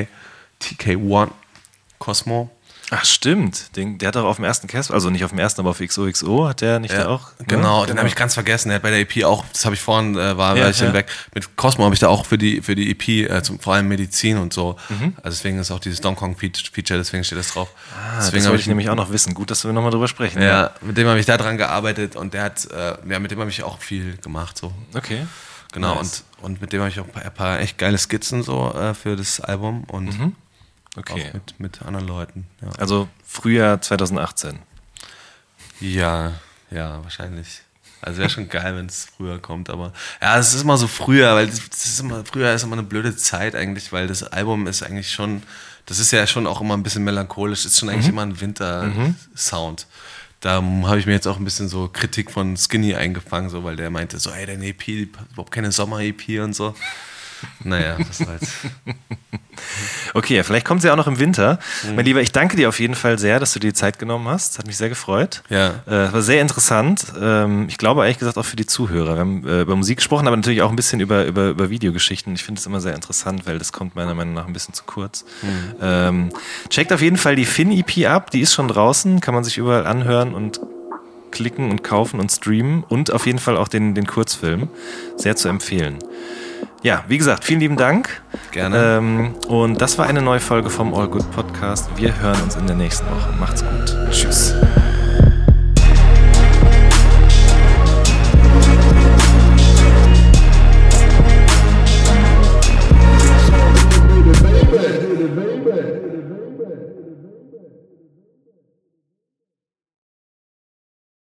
TK1, Cosmo. Ach stimmt, der hat doch auf dem ersten Casper, also nicht auf dem ersten, aber auf XOXO hat der nicht da auch? Genau, den habe ich ganz vergessen. Der hat bei der EP auch, das habe ich vorhin, war ich hinweg. Mit Cosmo habe ich da auch für die EP, vor allem Medizin und so. Also deswegen ist auch dieses Donkey Kong Feature, deswegen steht das drauf. Deswegen das wollte ich nämlich auch noch wissen. Gut, dass wir nochmal drüber sprechen. Ja, mit dem habe ich da dran gearbeitet und der hat, mit dem habe ich auch viel gemacht. So. Okay. Genau, nice. und mit dem habe ich auch ein paar echt geile Skizzen so für das Album und okay. auch mit anderen Leuten. Ja. Also Frühjahr 2018. Ja, wahrscheinlich. Also wäre schon geil, wenn es früher kommt, aber ja, es ist immer so früher, weil früher ist immer eine blöde Zeit eigentlich, weil das Album ist eigentlich schon, das ist ja schon auch immer ein bisschen melancholisch, ist schon eigentlich immer ein Winter-Sound. Da habe ich mir jetzt auch ein bisschen so Kritik von Skinny eingefangen, so, weil der meinte so, deine EP, überhaupt keine Sommer-EP und so. Naja, das war jetzt... Okay, vielleicht kommt sie auch noch im Winter. Mein Lieber, ich danke dir auf jeden Fall sehr, dass du dir die Zeit genommen hast. Hat mich sehr gefreut. Ja. War sehr interessant. Ich glaube ehrlich gesagt auch für die Zuhörer. Wir haben über Musik gesprochen, aber natürlich auch ein bisschen über Videogeschichten. Ich finde es immer sehr interessant, weil das kommt meiner Meinung nach ein bisschen zu kurz. Checkt auf jeden Fall die Finn-EP ab. Die ist schon draußen, kann man sich überall anhören und klicken und kaufen und streamen. Und auf jeden Fall auch den Kurzfilm. Sehr zu empfehlen. Ja, wie gesagt, vielen lieben Dank. Gerne. Und das war eine neue Folge vom All Good Podcast. Wir hören uns in der nächsten Woche. Macht's gut. Tschüss.